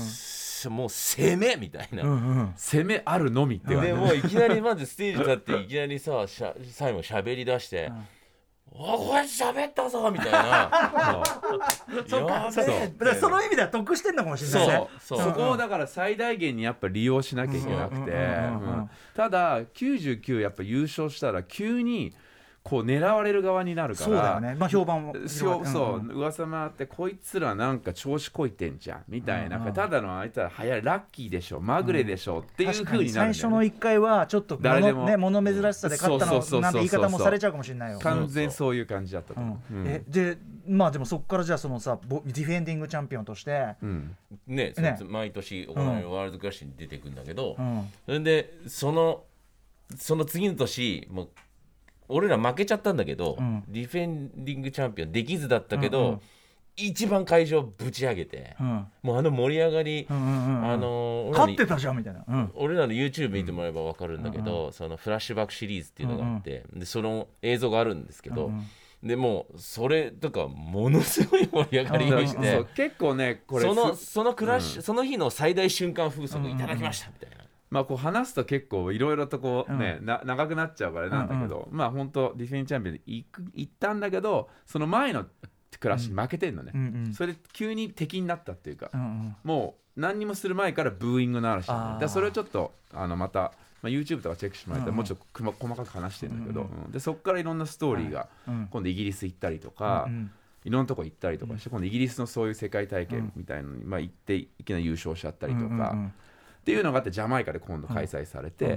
もう攻めみたいな、うんうん、攻めあるのみってでもういきなりまずステージ立っていきなりさしゃ最後喋り出して、うんおこれ喋ったぞみたいなそうかそそ, その意味では得してんのかもしれないねそうそうそこをだから最大限にやっぱ利用しなきゃいけなくてただきゅうじゅうきゅうやっぱ優勝したら急にこう狙われる側になるからそうだよね、まあ、評判もそうそう、うん、噂回ってこいつらなんか調子こいてんじゃんみたいな、うんうん、ただのあいつら早いラッキーでしょまぐれでしょ、うん、っていう風になるんだよ、ね、最初のいっかいはちょっと誰でもね物珍しさで勝ったのなんて言い方もされちゃうかもしれないよ完全そういう感じだったと思う、 うんうん、えでまあでもそこからじゃあそのさディフェンディングチャンピオンとして、 うんねね、毎年行われるワールドクラッシュに出てくるんだけど、うん、それでそのその次の年もう俺ら負けちゃったんだけど、うん、ディフェンディングチャンピオンできずだったけど、うんうん、一番会場ぶち上げて、うん、もうあの盛り上がり、うんうんうん、あの勝ってたじゃんみたいな、うん、 俺らの YouTube 見てもらえば分かるんだけど、うんうん、そのフラッシュバックシリーズっていうのがあって、うんうん、でその映像があるんですけど、うんうんでもうそれとかものすごい盛り上がりをして、 うん、結構ねこれそのそのクラッシュ、うん、その日の最大瞬間風速いただきましたみたいな、うんうんまあ、こう話すと結構いろいろとこうね、うん、な長くなっちゃうからなんだけど、うんうん、まあ本当ディフェンスチャンピオンで行く行ったんだけどその前のクラッシュ負けてんのね、うんうんうん、それで急に敵になったっていうか、うんうん、もう何にもする前からブーイングの嵐だ、ね、だそれをちょっとあのまた、まあ、YouTube とかチェックしてもらったらもうちょっと細かく話してるんだけど、うんうん、でそこからいろんなストーリーが、うん、今度イギリス行ったりとか、うんうんいろんなとこ行ったりとかして、うん、今度イギリスのそういう世界大会みたいなのに、まあ、行っていきなり優勝しちゃったりとか、うんうんうん、っていうのがあってジャマイカで今度開催されて、うんうん、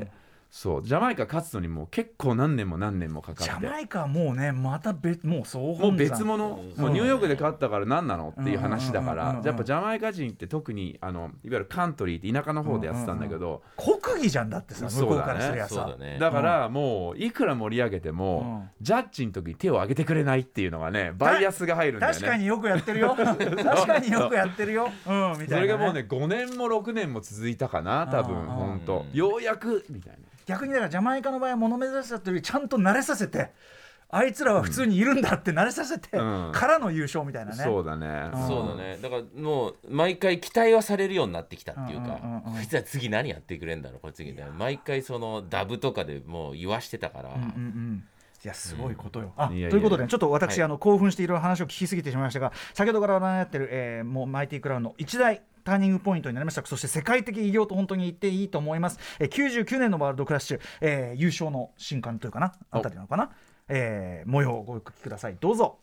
そうジャマイカ勝つのにもう結構何年も何年もかかってジャマイカはもうねまた別もう総本山もう別物、もうニューヨークで勝ったから何なのっていう話だかうんうんうんうんらやっぱジャマイカ人って特にあのいわゆるカントリーって田舎の方でやってたんだけど、 国技じゃんだってさ向こうからすりゃさそうだねだからもういくら盛り上げても、 うんジャッジの時に手を挙げてくれないっていうのがねバイアスが入るんだよね。 確かによくやってるよ確かによくやってるよ、うん、みたいな、ね、 それがもうねごねんもろくねんも続いたかな多分うん本当うんようやくみたいな。 逆にだからジャマイカの場合は物珍しさというよりちゃんと慣れさせてあいつらは普通にいるんだって慣れさせて、 うんからの優勝みたいなね、 そうだね、 うんそうだねだからもう毎回期待はされるようになってきたっていうか、 うんうんうんうんこいつは次何やってくれんだろうこれ次ね毎回そのダブとかでもう言わしてたから、 うんうんうんいやすごいことよ、あいやいやということで、ね、ちょっと私、 はいあの興奮していろいろ話を聞きすぎてしまいましたが先ほどから話題になっている、えー、もうマイティクラウンの一大ターニングポイントになりました。そして世界的偉業と本当に言っていいと思います。えー、きゅうじゅうきゅうねんのワールドクラッシュ、えー、優勝の瞬間というかなあたりなのかな、えー、模様をごお聞きくださいどうぞ。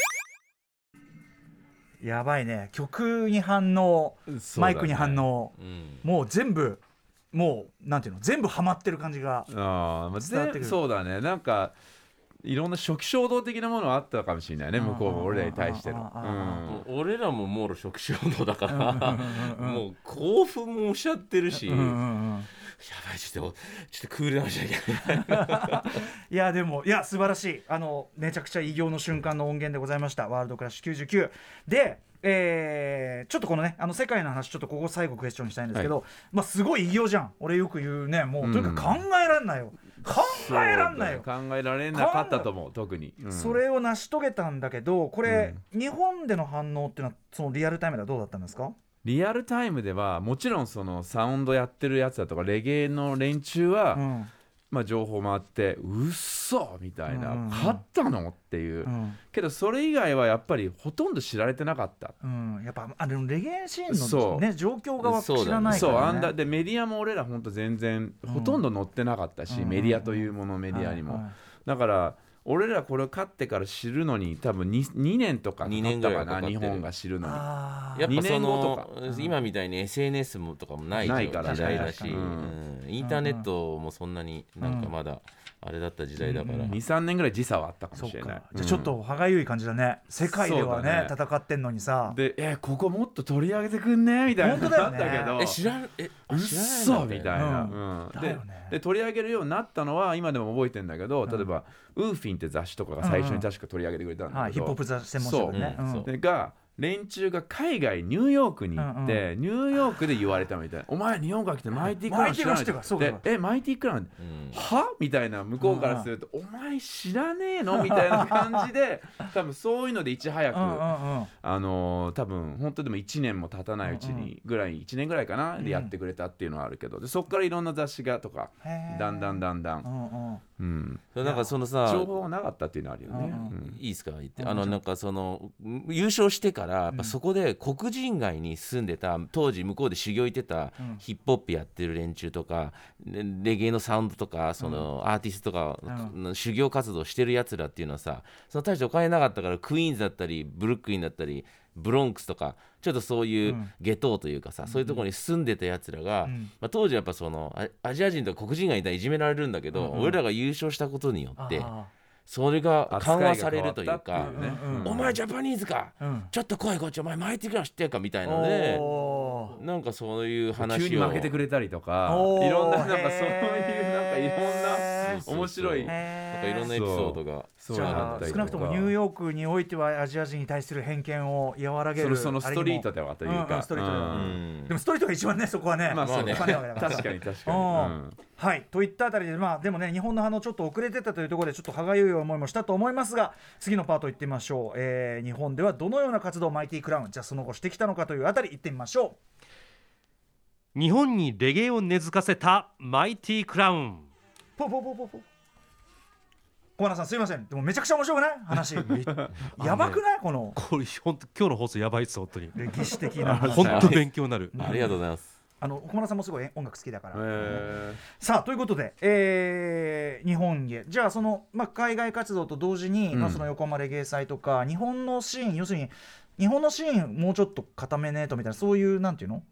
やばいね曲に反応、 そうだねマイクに反応、 うんもう全部もうなんていうの全部ハマってる感じがあまあ伝わってくるでそうだねなんかいろんな初期衝動的なものはあったかもしれないね向こうも俺らに対しての、 あーあーうんもう俺らももろ初期衝動だからもう興奮もしちゃってるし、 うんうんやうんばいちょっとちょっとクールダウンしなきゃいけないいやでもいや素晴らしいあのめちゃくちゃ偉業の瞬間の音源でございましたワールドクラッシュきゅうじゅうきゅうで、えー、ちょっとこのねあの世界の話ちょっとここ最後クエスチョンしたいんですけど、まあすごい偉業じゃん俺よく言うねもう、 うんとにかく考えらんないよ考えらんないよ、 そうだね考えられなかったと思う特に、うんそれを成し遂げたんだけどこれ、日本での反応っていうのはそのリアルタイムではどうだったんですか？ リアルタイムではもちろんそのサウンドやってるやつだとかレゲエの連中は、 うんまあ、情報回ってうっそみたいな、 うん勝ったのっていう、 うんけどそれ以外はやっぱりほとんど知られてなかった。 うん、やっぱあでもレゲエシーンの、 そうね、状況がそうだね知らないかそうら、ね、 あんだでメディアも俺らほんと全然ほとんど載ってなかったし、 うんメディアというものメディアにも、 はいはいだから俺らこれを勝ってから知るのに多分 2, 2年とかかかにねんったかなぐらいかかってる日本が知るのに。 あーやっぱそにねんごのとか今みたいに エスエヌエス もとかもないないからね時代だし、 確かにうんインターネットもそんなになんかまだあれだった時代だから、 にさんねんぐらい時差はあったかそっもしれないか。じゃあちょっと歯がゆい感じだね世界ではねそうだ戦ってんのにさでえここもっと取り上げてくんねみたいな本当だよねなったけどえ知らんえうっ知らないそみたいな、 うんうんだでよねで取り上げるようになったのは今でも覚えてるんだけど、例えばウーフィンって雑誌とかが最初に確か取り上げてくれたんだけど、 はい、ヒップホップ雑誌専門誌でねそううんそうでが連中が海外ニューヨークに行って、ニューヨークで言われたみたいな、お前日本から来てマイティクラウン知らないマイティクラウン知ってるかそうかそうかでえマイティクラウンうんはみたいな向こうからすると、お前知らねえのみたいな感じで多分そういうのでいち早く、 うんうんうんあのー多分本当でもいちねんも経たないうちにぐらいいちねんぐらいかなでやってくれたっていうのはあるけど、でそこからいろんな雑誌がとかへーだんだんだんだ、 うんんうんうん、 なんかそのさ情報がなかったっていうのはあるよね、 うんうんいいですか言ってうんあのなんかその優勝してからやっぱそこで黒人街に住んでた当時向こうで修行行ってたうんヒップホップやってる連中とかレレゲエのサウンドとかそのアーティストとかの修行活動してるやつらっていうのはさその大してお金なかったからクイーンズだったりブルックリンだったりブロンクスとかちょっとそういううん下等というかさ、そういうところに住んでたやつらが、 うんまあ、当時やっぱそのアアジア人とか黒人がいたらいじめられるんだけど、 うんうん俺らが優勝したことによってあそれが緩和されるという扱いがか変わったっていうねうんうんお前ジャパニーズか、 ーうんちょっと来いこっちお前マイティクラウン知ってるかみたいなのでおーなんかそういう話を急に負けてくれたりとかおーいろんななんかそういうなんかいへーろんな面白いなんへーかいろんなエピソードがそうじゃあだったりとか少なくともニューヨークにおいてはアジア人に対する偏見を和らげるそのそのストリートではといううんうかんストリートではううんんでもストリートが一番ねそこはね、 まあそうねまあ金はだから確かに確かに、 うんはいといったあたりでまあでもね日本の反応ちょっと遅れてたというところでちょっと歯がゆい思いもしたと思いますが次のパート行ってみましょう、えー日本ではどのような活動をマイティクラウンじゃあその後してきたのかというあたり行ってみましょ日本にレゲエを根付かせたマイティクラウン。 うポポポポポ小花さんすいませんでもめちゃくちゃ面白くない話やばくないこのこれ本当今日の放送やばいっす本当に歴史的な本当勉強になる。 ありがとうございますあの小花さんもすごい音楽好きだから、 えさあということで、えー日本へじゃあその、まあ、海外活動と同時に、 うんまあ、その横浜レゲエ祭とか日本のシーン要するに日本のシーンもうちょっと固めねえとみたいなそういうなんていうの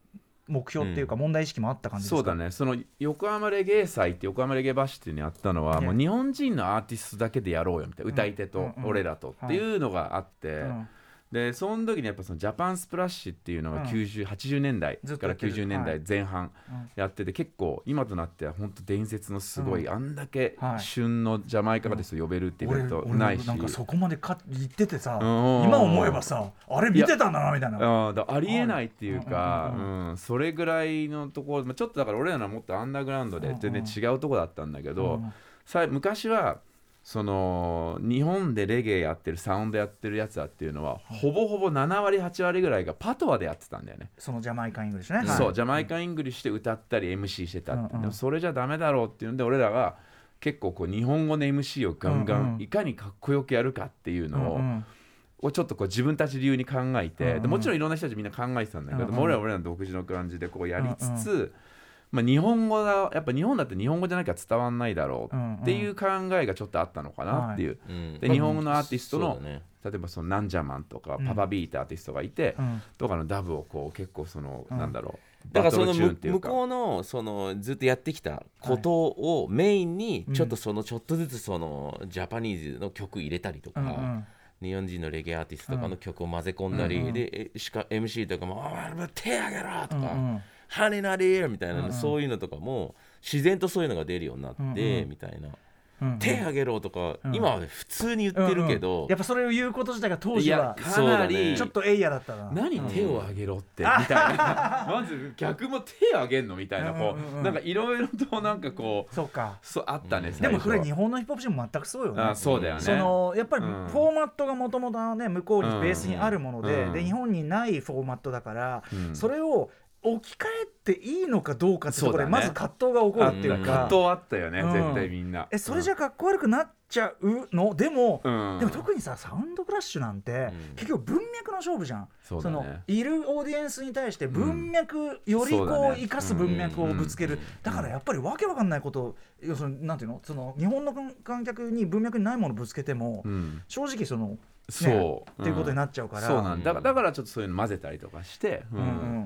目標っていうか問題意識もあった感じですか？ そうだね、その横浜レゲエ祭って横浜レゲエバシティにあったのは、 ね、 もう日本人のアーティストだけでやろうよみたいな、歌い手と俺らとっていうのがあって、うんうんはい、でその時にやっぱそのジャパンスプラッシュっていうのがきゅうじゅう、はちじゅうねんだいからきゅうじゅうねんだいぜん半やってて、結構今となっては本当伝説のすごい、あんだけ旬のジャマイカアーティスト呼べるってイベントないし、 なんかそこまでか言っててさ、今思えばさあれ見てたんだなみたいな、 あ, だありえないっていうか、うん、それぐらいのところ、ちょっとだから俺らのはもっとアンダーグラウンドで全然違うとこだったんだけど、さ昔はその日本でレゲエやってるサウンドやってるやつらっていうのは、うん、ほぼほぼななわりはちわりぐらいがパトワでやってたんだよね。 そのジャマイカイングリッシュね、 そう、 はい、 ジャマイカイングリッシュで歌ったり エムシー してたって、うんうん、でもそれじゃダメだろうっていうんで俺らが結構こう日本語の エムシー をガンガンいかにかっこよくやるかっていうのを、うんうんをちょっとこう自分たち流に考えて、うんうん、でもちろんいろんな人たちみんな考えてたんだけど、うんうん、俺らは俺らの独自の感じでこうやりつつ、うんうんまあ、日本語だやっぱ日本だって日本語じゃなきゃ伝わんないだろうっていう考えがちょっとあったのかなっていう、うんうん、で日本語のアーティストの、うんね、例えばそのナンジャマンとか、うん、パパビーってアーティストがいて、うん、とかのダブをこう結構その、うん、なんだろうだからその向こうのそのずっとやってきたことをメインにちょっとそのちょっとずつそのジャパニーズの曲入れたりとか、うんうん日本人のレゲエアーティストとかの曲を混ぜ込んだり、うんうん、でしか エムシー とかも手あげろとか、うんうん、ハネナディーみたいな、うんうん、そういうのとかも自然とそういうのが出るようになって、うんうん、みたいな、うんうん、手あげろとか、うん、今は普通に言ってるけど、 うんうん、やっぱそれを言うこと自体が当時はかなりちょっとエイヤだったな。 何手をあげろってみたいなまず逆も手あげんのみたいなこう、うんうんうん、なんかいろいろとなんかこうそうかそうあったね、うん、 でもこれ日本のヒップホップシーンも全くそうよね。 あそうだよね。 そのやっぱりフォーマットがもともとね向こうにベースにあるもので、うん、で日本にないフォーマットだから、うん、それを置き換えていいのかどうかってところで、ね、まず葛藤が起こるっていうか、 葛藤あったよね、うん、絶対みんな。 えそれじゃかっこ悪くなっちゃうのでも、うん、でも特にさサウンドクラッシュなんて、うん、結局文脈の勝負じゃん。 そうだね、 そのいるオーディエンスに対して文脈、うん、よりこう生かす文脈をぶつける、だからやっぱりわけわかんないことを要するになんていうのその日本の観客に文脈にないものをぶつけても、うん、正直そのそう、 ね、っていうことになっちゃうから、 そうなんだ、だからちょっとそういうの混ぜたりとかして、うんうん、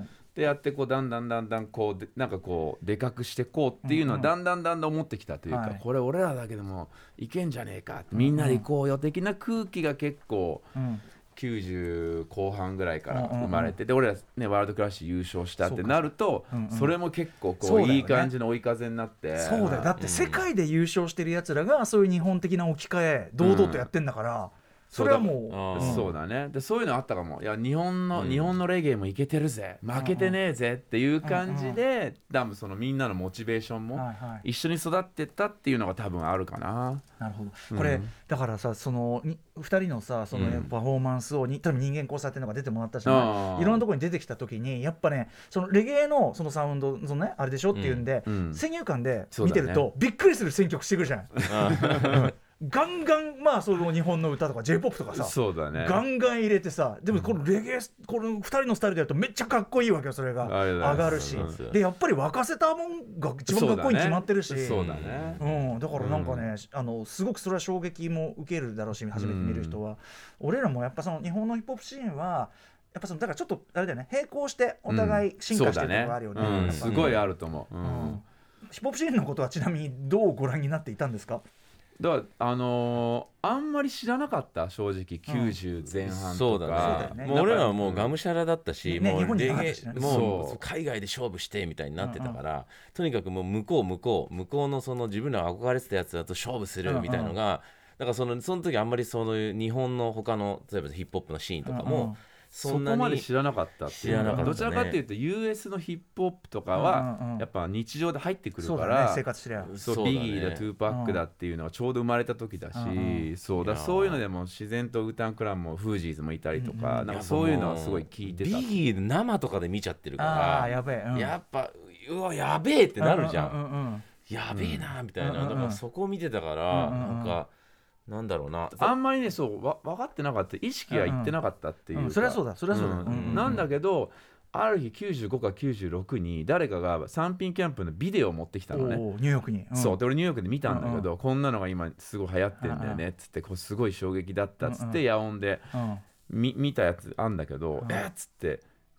でやってこうだんだんだんだんこうでなんかこうでかくしてこうっていうのはだんだんだんだん思ってきたというか、うんうん、これ俺らだけでもいけんじゃねえかってみんなで行こうよ的な空気が結構、うんきゅうじゅうこう半ぐらいから生まれて、うんうん、で俺ら、ね、ワールドクラッシュ優勝したってなると そ,、うんうん、それも結構こう、ね、いい感じの追い風になって。 そうだよ、だって世界で優勝してるやつらがそういう日本的な置き換え堂々とやってんだから、うんそれはもう、 うん、そうだね。でそういうのあったかも。いや日本の、うん、日本のレゲエもいけてるぜ負けてねえぜっていう感じで、うんうん、多分そのみんなのモチベーションも一緒に育ってったっていうのが多分あるかな。 なるほど。これ、うん、だからさそのふたりのさそのパフォーマンスをに、うん、例えば人間交差点とか出てもらったし、ね、いろんなところに出てきた時にやっぱねそのレゲエのそのサウンドそのねあれでしょっていうんで、うんうん、先入観で見てると、ね、びっくりする選曲してくるじゃない。ガンガンまあその日本の歌とか J-ポップ とかさそうだねガンガン入れてさでもこのレゲエこのふたりのスタイルでやるとめっちゃかっこいいわけよ。それが上がるしでやっぱり沸かせたもんが一番かっこいいに決まってるしそうだね、 うん、だからなんかね、うん、あのすごくそれは衝撃も受けるだろうし初めて見る人は、うん、俺らもやっぱその日本のヒップホップシーンはやっぱそのだからちょっとあれだよね並行してお互い進化してるところがあるよね、 うんうん、すごいあると思う、うんうん、ヒップホップシーンのことはちなみにどうご覧になっていたんですか？ だからあのー、あんまり知らなかった正直きゅうじゅうぜん半とか、うん、そうだね、もう俺らはもうがむしゃらだったし、 ね、 もうレゲエ、 ね、 もう海外で勝負してみたいになってたから、うんうん、とにかくもう向こう向こう向こうのその自分らが憧れてたやつだと勝負するみたいなのが、うんうん、だからそのその時あんまりその日本の他の例えばヒップホップのシーンとかも、うんうんそんなにそこまで知らなかったっていうのがどちらかというと ユーエス のヒップホップとかはやっぱ日常で入ってくるから、 そうだね、生活してりゃそうビギーだトゥーパックだっていうのがちょうど生まれた時だし、うん、そうだそういうのでも自然とウータンクランもフージーズもいたりとか、うん、なんかそういうのはすごい聞いてた。 ビギー生とかで見ちゃってるからあやべえ、うん、 やっぱうわやべえってなるじゃん、 うんうんうんうん、 やべえなみたいな、うん、だからそこを見てたから、うんうんうん、なんかなんだろうなあんまりねそうわ分かってなかった意識がいってなかったっていうか、 うんうん、それはそうだそれはそうだ、うんうん、なんだけどある日きゅうじゅうごかきゅうじゅうろくに誰かが三品キャンプのビデオを持ってきたのね。 ニューヨークに、 うん、そうで俺ニューヨークで見たんだけど、うんうん、こんなのが今すごい流行ってんだよねっつってこうすごい衝撃だったっつって、うんうん、野音で、うん、見, 見たやつあんだけど、うん、えっつって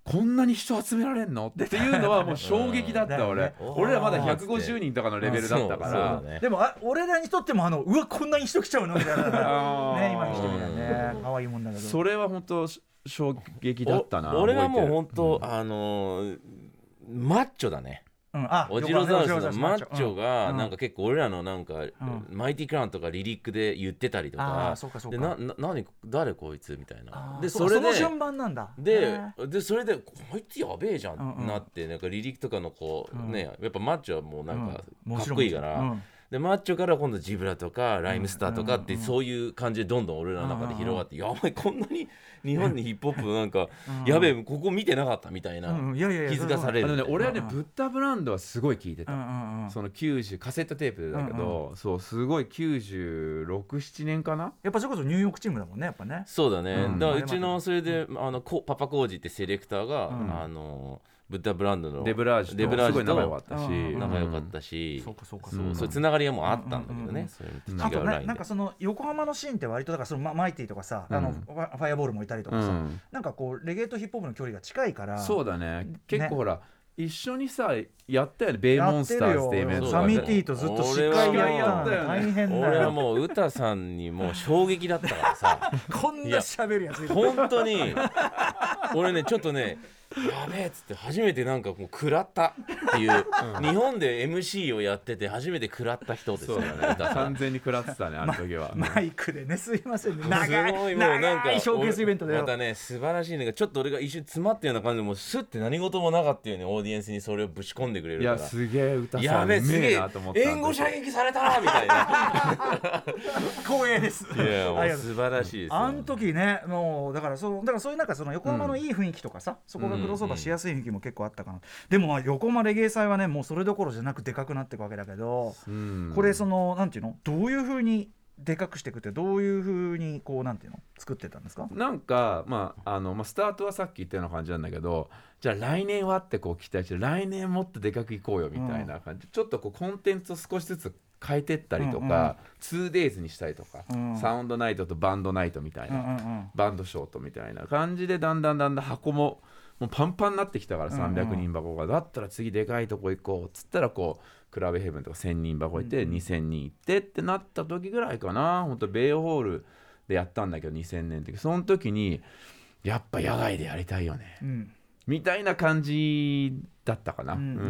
こんなに人集められんのっていうのはもう衝撃だった俺、 ね、 俺らまだひゃくごじゅうにんとかのレベルだったから、 ね、 でもあ俺らにとってもあのうわこんなに人来ちゃうのみたいなね今にしてみたらね可愛いもんだけどそれは本当衝撃だったな。 俺はもう本当、うん、あのー、マッチョだね。うん、あオジロザウルスのマッチョがなんか結構俺らのなんか、うん、マイティクラウンとかリリックで言ってたりとか、 あそうかそうかでなな何誰こいつみたいなでそれでその順番なんだででそれでこいつやべえじゃんってなって、うんうん、なんかリリックとかのこう、うん、ねやっぱマッチョはもうなんかかっこいいから、うん、でマッチョから今度ジブラとかライムスターとかってそういう感じでどんどん俺らの中で広がって、やばいこんなに日本にヒップホップなんかやべえここ見てなかったみたいな気づかされる。 あのね俺はねブッダブランドはすごい聞いてた、そのきゅうじゅうカセットテープだけど、そうすごいきゅうじゅうろく、ななねんかな、 やっぱそれこそニューヨークチームだもんねやっぱね。 そうだね、だからうちのそれであのパパコージってセレクターがあのブッダブランドのデブラージとすごい仲良かったし仲良かったし、 そうかそうかそうそういうつながりはもうあったんだけどね。 あとねなんかその横浜のシーンって割とだからそのマイティとかさあのファイアボールもいたりとかさ、なんかこうレゲエとヒップホップの距離が近いから。 そうだね結構ほら一緒にさやったよねベイモンスターズってイベントサミーティーとずっと司会やったよ大変だよ。 俺はもう歌さんにもう衝撃だったからさこんな喋るやついる本当に俺ねちょっとねやべえっつって初めてなんかもう食らったっていう、うん、日本で エムシー をやってて初めて食らった人ですよね。 完全に食らってたねあの時は、 ま、マイクでねすいませんね長いすごいもうなんかショーケースイベントでまたね素晴らしいのがちょっと俺が一瞬詰まったような感じでもうスッて何事もなかったようにオーディエンスにそれをぶち込んでくれるから、 いやすげえ歌さんやべえすげえなと思った援護射撃されたみたいな光栄です。 いやもう素晴らしいですよ。 あの時ねもうだからそうだからそういうなんかその横浜のいい雰囲気とかさ、うん、そこがクロスオーバーしやすい雰囲気も結構あったかな、うんうん、でもまあ横浜レゲエ祭はねもうそれどころじゃなくでかくなっていくわけだけど、うん、これそのなんていうのどういう風にでかくしていくってどういう風にこうなんていうの作ってたんですか。 なんかまああのまあスタートはさっき言ったような感じなんだけど、じゃあ来年はってこう期待して来年もっとでかくいこうよみたいな感じ、うん、ちょっとこうコンテンツを少しずつ変えてったりとか、うんうん、ツーデイズにしたりとか、うん、サウンドナイトとバンドナイトみたいな、うんうん、バンドショートみたいな感じでだんだんだんだん箱ももうパンパンになってきたからさんびゃくにん箱が、だったら次でかいとこ行こうっつったらこうクラブヘブンとかせんにん箱行って、うん、にせんにん行ってってなった時ぐらいかな。ほんとベイホールでやったんだけどにせんねんの時、その時にやっぱ野外でやりたいよね、うん、みたいな感じだったかな。うんうんうん、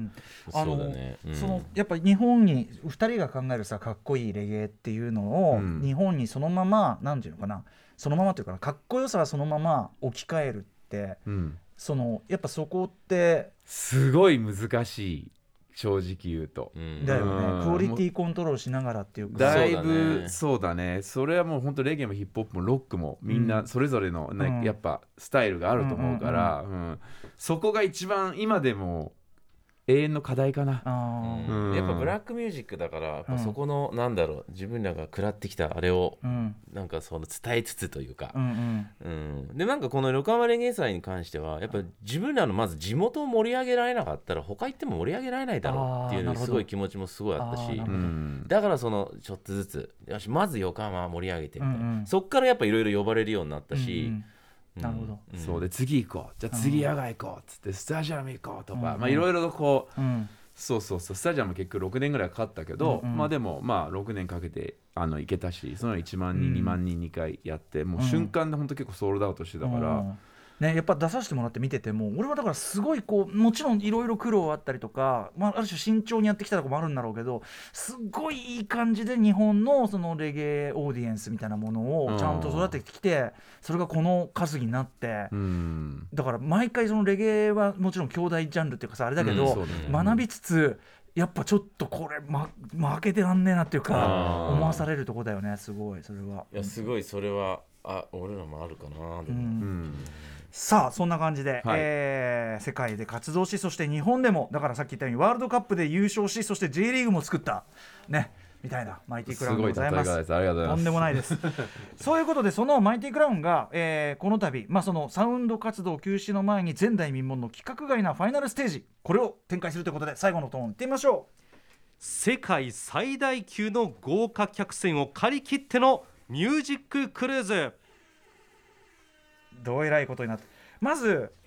そうだね、うん、 そのやっぱ日本にふたりが考えるさかっこいいレゲエっていうのを、うん、日本にそのままなんていうのかなそのままというかかっこよさはそのまま置き換えるって、うん、そのやっぱそこってすごい難しい正直言うと、 うん、だよね、うん、クオリティコントロールしながらっていうかだいぶそうだね。それはもう本当レゲエもヒップホップもロックもみんなそれぞれの、ねうん、やっぱスタイルがあると思うから、うんうんうんうん、そこが一番今でも永遠の課題かな。 あ、うん、やっぱブラックミュージックだからやっぱそこの、うん、なんだろう自分らが食らってきたあれを、うん、なんかその伝えつつというか、うんうんうん、でなんかこの横浜レゲエ祭に関してはやっぱ自分らのまず地元を盛り上げられなかったら他行っても盛り上げられないだろうっていうのすごい気持ちもすごいあったし、うん、だからそのちょっとずつよしまず横浜盛り上げてみたいな、うんうん、そっからやっぱいろいろ呼ばれるようになったし、うんうんなるほど、 うん、そうで次行こうじゃあ次野外行こうっつってスタジアム行こうとか、うん、まあいろいろとこう、うん、そうそうそうスタジアム結局ろくねんぐらいかかったけど、うんうん、まあでもまあろくねんかけてあの行けたしそのいちまんにん、うん、にまんにんにかいやってもう瞬間で本当結構ソールドアウトしてたから、うんね、やっぱ出させてもらって見てても俺はだからすごいこうもちろんいろいろ苦労あったりとか、まあ、ある種慎重にやってきたところもあるんだろうけどすごいいい感じで日本のそのレゲエオーディエンスみたいなものをちゃんと育ててきて、うん、それがこの数になって、うん、だから毎回そのレゲエはもちろん兄弟ジャンルっていうかさあれだけど、うんね、学びつつやっぱちょっとこれ、ま、負けてらんねえなっていうか思わされるとこだよね。すごいそれは。 いやすごいそれはあ俺らもあるかなでも、うんうんさあそんな感じで、はいえー、世界で活動しそして日本でもだからさっき言ったようにワールドカップで優勝しそして J リーグも作ったねみたいなマイティクラウンでございます。 すごい例え方です。ありがとうございます。 とんでもないですそういうことでそのマイティクラウンが、えー、この度、まあ、そのサウンド活動休止の前に前代未聞の規格外なファイナルステージこれを展開するということで最後のトーンいってみましょう。 世界最大級の豪華客船を借り切ってのミュージッククルーズ。 どうえらいことになってまず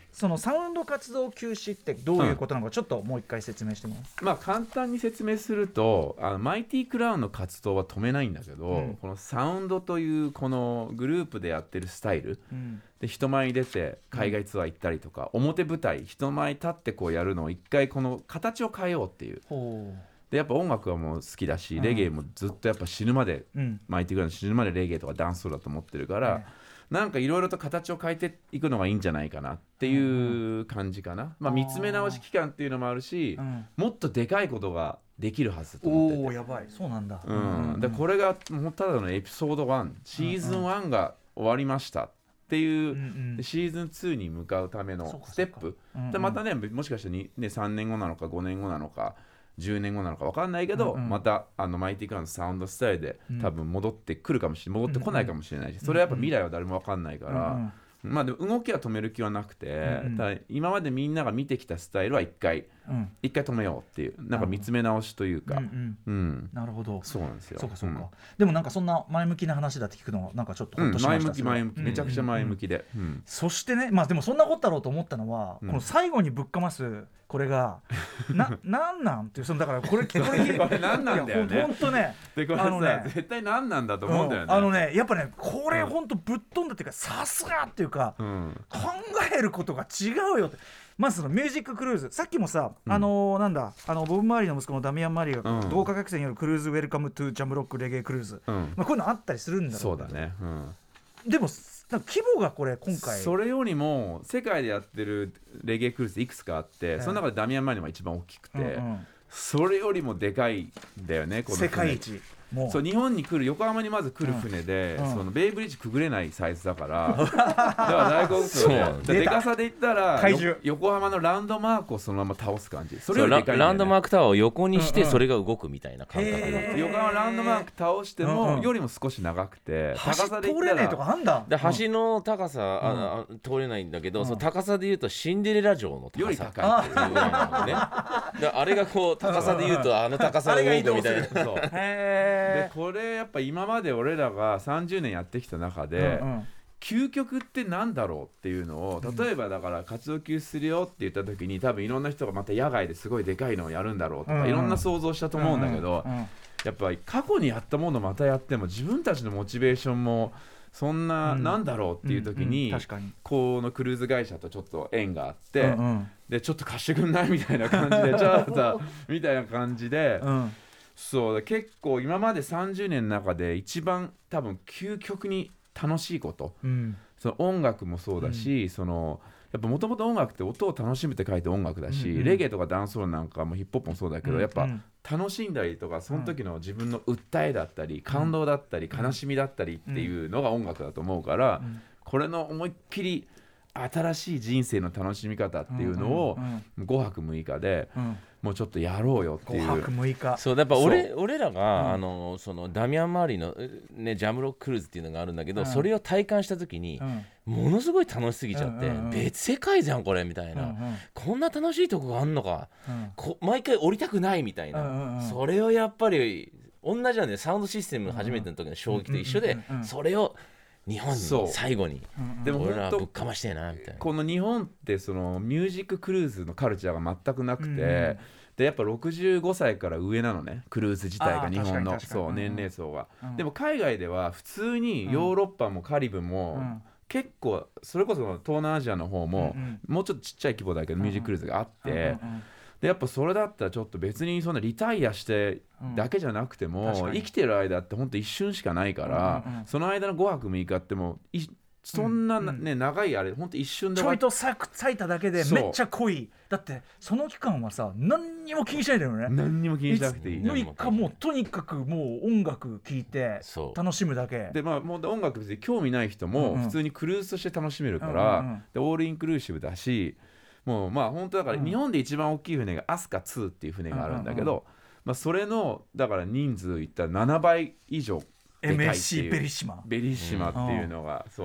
そのサウンド活動休止ってどういうことなのか、ちょっともう一回説明してもらう。 まあ簡単に説明すると、あのマイティクラウンの活動は止めないんだけど、うん、このサウンドというこのグループでやってるスタイル、うん、で人前に出て海外ツアー行ったりとか、うん、表舞台人前に立ってこうやるのを一回この形を変えようっていう。でやっぱ音楽はもう好きだし、うん、レゲエもずっとやっぱ死ぬまで、うん、マイティクラウン死ぬまでレゲエとかダンスだと思ってるから、うんなんかいろいろと形を変えていくのがいいんじゃないかなっていう感じかな、まあ、見つめ直し期間っていうのもあるし、うん、もっとでかいことができるはずと思ってて。 おーやばいそうなんだ、 うんうん、でこれがもうただのエピソードワンシーズンワンが終わりましたっていう、うんうん、シーズンツーに向かうためのステップ、うんうん、でまたねもしかしてに、ね、さんねんごなのかごねんごなのかじゅうねんごなのか分かんないけど、うんうん、またあのマイティクラウンのサウンドスタイルで多分戻ってくるかもしれない、戻ってこないかもしれないし、それはやっぱ未来は誰も分かんないから、うんうん、まあでも動きは止める気はなくて、うんうん、ただ今までみんなが見てきたスタイルは一回、うん、一回止めようっていうなんか見つめ直しというか、うんうんうん、 なるほどそうなんですよ。 そうかそうか、うん、でもなんかそんな前向きな話だって聞くのなんかちょっとほっとしました、 うん、前向き前向きめちゃくちゃ前向きで、 うんうんうん、そしてねまあでもそんなことだろうと思ったのは、うん、この最後にぶっかますこれがななんなんっていうそのだからこれこれこれなんなんだよね。 本当ね。 でこれさ、あのね、絶対なんなんだと思うんだよね。 うん、あのねやっぱねこれ本当ぶっ飛んだっていうかさすがっていうか、うん、考えることが違うよって。まずそのミュージッククルーズさっきもさ、うん、あのー、なんだあのボブ・マーリーの息子のダミアン・マーリーが豪華客船によるクルーズウェルカムトゥジャムロックレゲエクルーズ、うんまあ、こういうのあったりするんだろう。 そうだね、うん、 でもなんか規模がこれ今回それよりも世界でやってるレゲエクルーズいくつかあって、えー、その中でダミアン・マーリーが一番大きくて、うんうん、それよりもでかいんだよねこの世界一もうそう日本に来る横浜にまず来る船で、うんうん、そのベイブリッジくぐれないサイズだからだから大好物ででかさで言ったら横浜のランドマークをそのまま倒す感じ。 それよりでかいんだよね。ランドマークタワーを横にしてそれが動くみたいな感覚で、 うんうん、横浜ランドマーク倒しても、うんうん、よりも少し長くて高さで言ったら通れねえとかあんだ。 で橋の高さ、うん、あ通れないんだけど、うん、その高さで言うとシンデレラ城の高さより高いっていうぐらいなのね。 であれがこう高さで言うとあの高さで動くみたいな。そうでこれやっぱ今まで俺らがさんじゅうねんやってきた中で、うんうん、究極ってなんだろうっていうのを例えばだから活動休止するよって言った時に多分いろんな人がまた野外ですごいでかいのをやるんだろうとか、うんうん、いろんな想像したと思うんだけど、うんうんうん、やっぱり過去にやったものまたやっても自分たちのモチベーションもそんな、うん、なんだろうっていう時に、うんうん、確かにこのクルーズ会社とちょっと縁があって、うんうん、でちょっと貸してくんないみたいな感じでチャーターみたいな感じで、うんそう結構今までさんじゅうねんの中で一番多分究極に楽しいこと、うん、その音楽もそうだし、うん、そのやっぱもともと音楽って音を楽しむって書いて音楽だし、うんうん、レゲエとかダンスホールなんかもヒップホップもそうだけど、うんうん、やっぱ楽しんだりとかその時の自分の訴えだったり、うん、感動だったり悲しみだったりっていうのが音楽だと思うから、うん、これの思いっきり新しい人生の楽しみ方っていうのをごはくむいかで、うんもうちょっとやろうよっていうごはくむいかそうやっぱ 俺, 俺らが、うん、あのそのダミアン周りの、ね、ジャムロッククルーズっていうのがあるんだけど、うん、それを体感した時に、うん、ものすごい楽しすぎちゃって、うんうんうん、別世界じゃんこれみたいな、うんうん、こんな楽しいとこがあんのか、うん、こ毎回降りたくないみたいな、うんうんうん、それをやっぱり同じなんでサウンドシステム初めての時の衝撃と一緒で、うんうんうんうん、それを日本に最後にでも俺らぶっかましてえなみたいな。 この日本ってそのミュージッククルーズのカルチャーが全くなくて、うんうんでやっぱろくじゅうごさいから上なのねクルーズ自体が日本のそう年齢層が、うん、でも海外では普通にヨーロッパもカリブも、うん、結構それこそ東南アジアの方も、うんうん、もうちょっとちっちゃい規模だけどミュージッククルーズがあって、うんうんうん、でやっぱそれだったらちょっと別にそんなリタイアしてだけじゃなくても、うん、生きてる間って本当一瞬しかないから、うんうんうん、その間のごはくむいかってもいそんな、ねうんうん、長いあれ本当一瞬でちょいと咲いただけでめっちゃ濃いだってその期間はさ何にも気にしないんだよね。 何にも気にしなくていいむいかもうとにかくもう音楽聴いて楽しむだけで、まあ、もう音楽別に興味ない人も普通にクルーズとして楽しめるから、うんうん、でオールインクルーシブだしもうまあ本当だから日本で一番大きい船がアスカツーっていう船があるんだけど、うんうんうんまあ、それのだから人数いったらななばい以上でかいっていうエムエスシー ベリッシマベリッシマっていうのが、うん、そう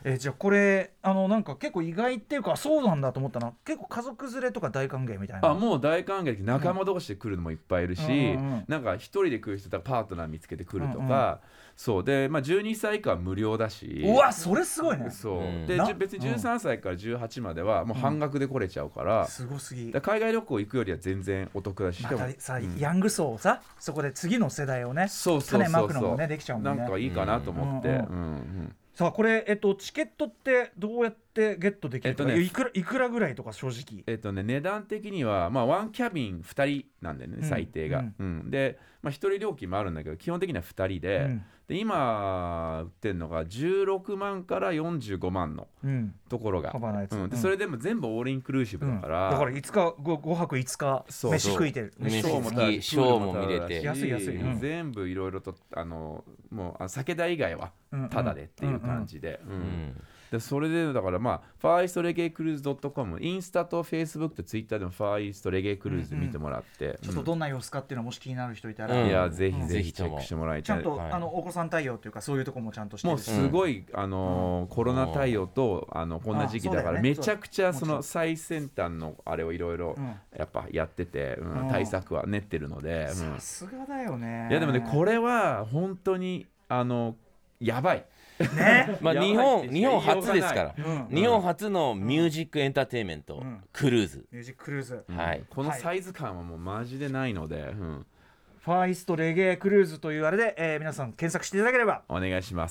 えー、じゃあこれあのなんか結構意外っていうかそうなんだと思ったな。結構家族連れとか大歓迎みたいな。 あもう大歓迎で仲間同士で来るのもいっぱいいるし、 うんうんうん、 なんか一人で来る人とかパートナー見つけて来るとか、うんうん、そうで、まあ、じゅうにさい以下は無料だし。 うわそれすごいね。 そう、うん、で別にじゅうさんさいからじゅうはちまではもう半額で来れちゃうから、うん、 すごすぎ。 だ海外旅行行くよりは全然お得だし、 またさ、 うん、 ヤング層をさそこで次の世代をねそうそうそうそう種まくのもねできちゃうもんね。 なんかいいかなと思って、うんうんうんうん、 さあこれ、えっと、チケットってどうやってゲットできるか、 えっとね、 いくらいくらぐらいとか正直。 えっとね値段的にはまあワンキャビンふたりなんだよね、うん、最低が、うんうん、で、まあ、ひとり料金もあるんだけど基本的にはふたりで、うん、で今売ってるのがじゅうろくまんからよんじゅうごまんのところが、うんうん、でそれでも全部オールインクルーシブだから、 うん、だからいつか ご, ごはくいつか飯食いてる、 ショーもショーも見れて安い安い、うん、 全部いろいろとあのもう酒代以外はタダでっていう感じで、うんうんうん、でそれでだからまあファーイーストレゲークルーズ .com インスタとフェイスブックとツイッターでもファーイーストレゲークルーズ見てもらって、うんうん、 ちょっとどんな様子かっていうのもし気になる人いたら、 うん、いやぜひぜひチェックしてもらいたい。 ちゃんと、 はい、 あのお子さん対応というかそういうところもちゃんとしてる。 もうすごい、うん、あのー、コロナ対応とあのこんな時期だから、ね、めちゃくちゃその最先端のあれをいろいろやっぱやってて、うん、対策は練ってるので、うん、 さすがだよね。 いやでもねこれは本当にあのやばいねまあ日本日本初ですから、うん、日本初のミュージックエンターテインメント、うん、クルーズミュージッククルーズ、 はい、 このサイズ感はもうマジでないので、うん、 ファーイーストレゲークルーズというあれで、えー、皆さん検索していただければお願いします。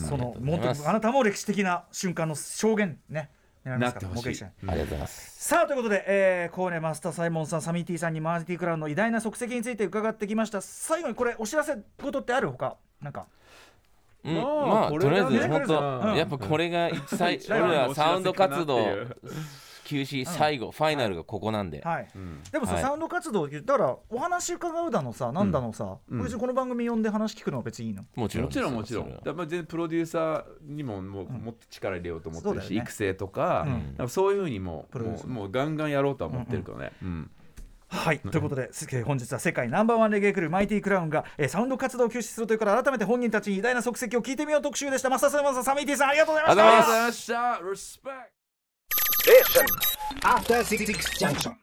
そのもっとあなたも歴史的な瞬間の証言ねなってほしい。ありがとうございます。 さあということで、えー、コーネマスターサイモンさんサミーティさんにマーティクラウンの偉大な足跡について伺ってきました。最後にこれお知らせことってあるほかなんか。 うん、まあとりあえず本当、うん、やっぱこれが最俺らサウンド活動休止最後、うん、ファイナルがここなんで、 はいはいうん、でもさ、はい、サウンド活動だからお話伺うだのさなんだのさ、うん、別にこの番組呼んで話聞くのは別にいいの。 もちろんもちろんもちろんだから全然プロデューサーにももう、うん、もっと力入れようと思ってるし、ね、育成とか、うん、なんかそういう風にもう、もう、もうガンガンやろうとは思ってるからね、うんうんはい、ということで本日は世界ナンバーワンレゲエクルーマイティクラウンが、えー、サウンド活動を休止するというから改めて本人たちに偉大な足跡を聞いてみよう特集でした。マスターサイモンさんサミーティさんありがとうございました。 ありがとうございました。 Respect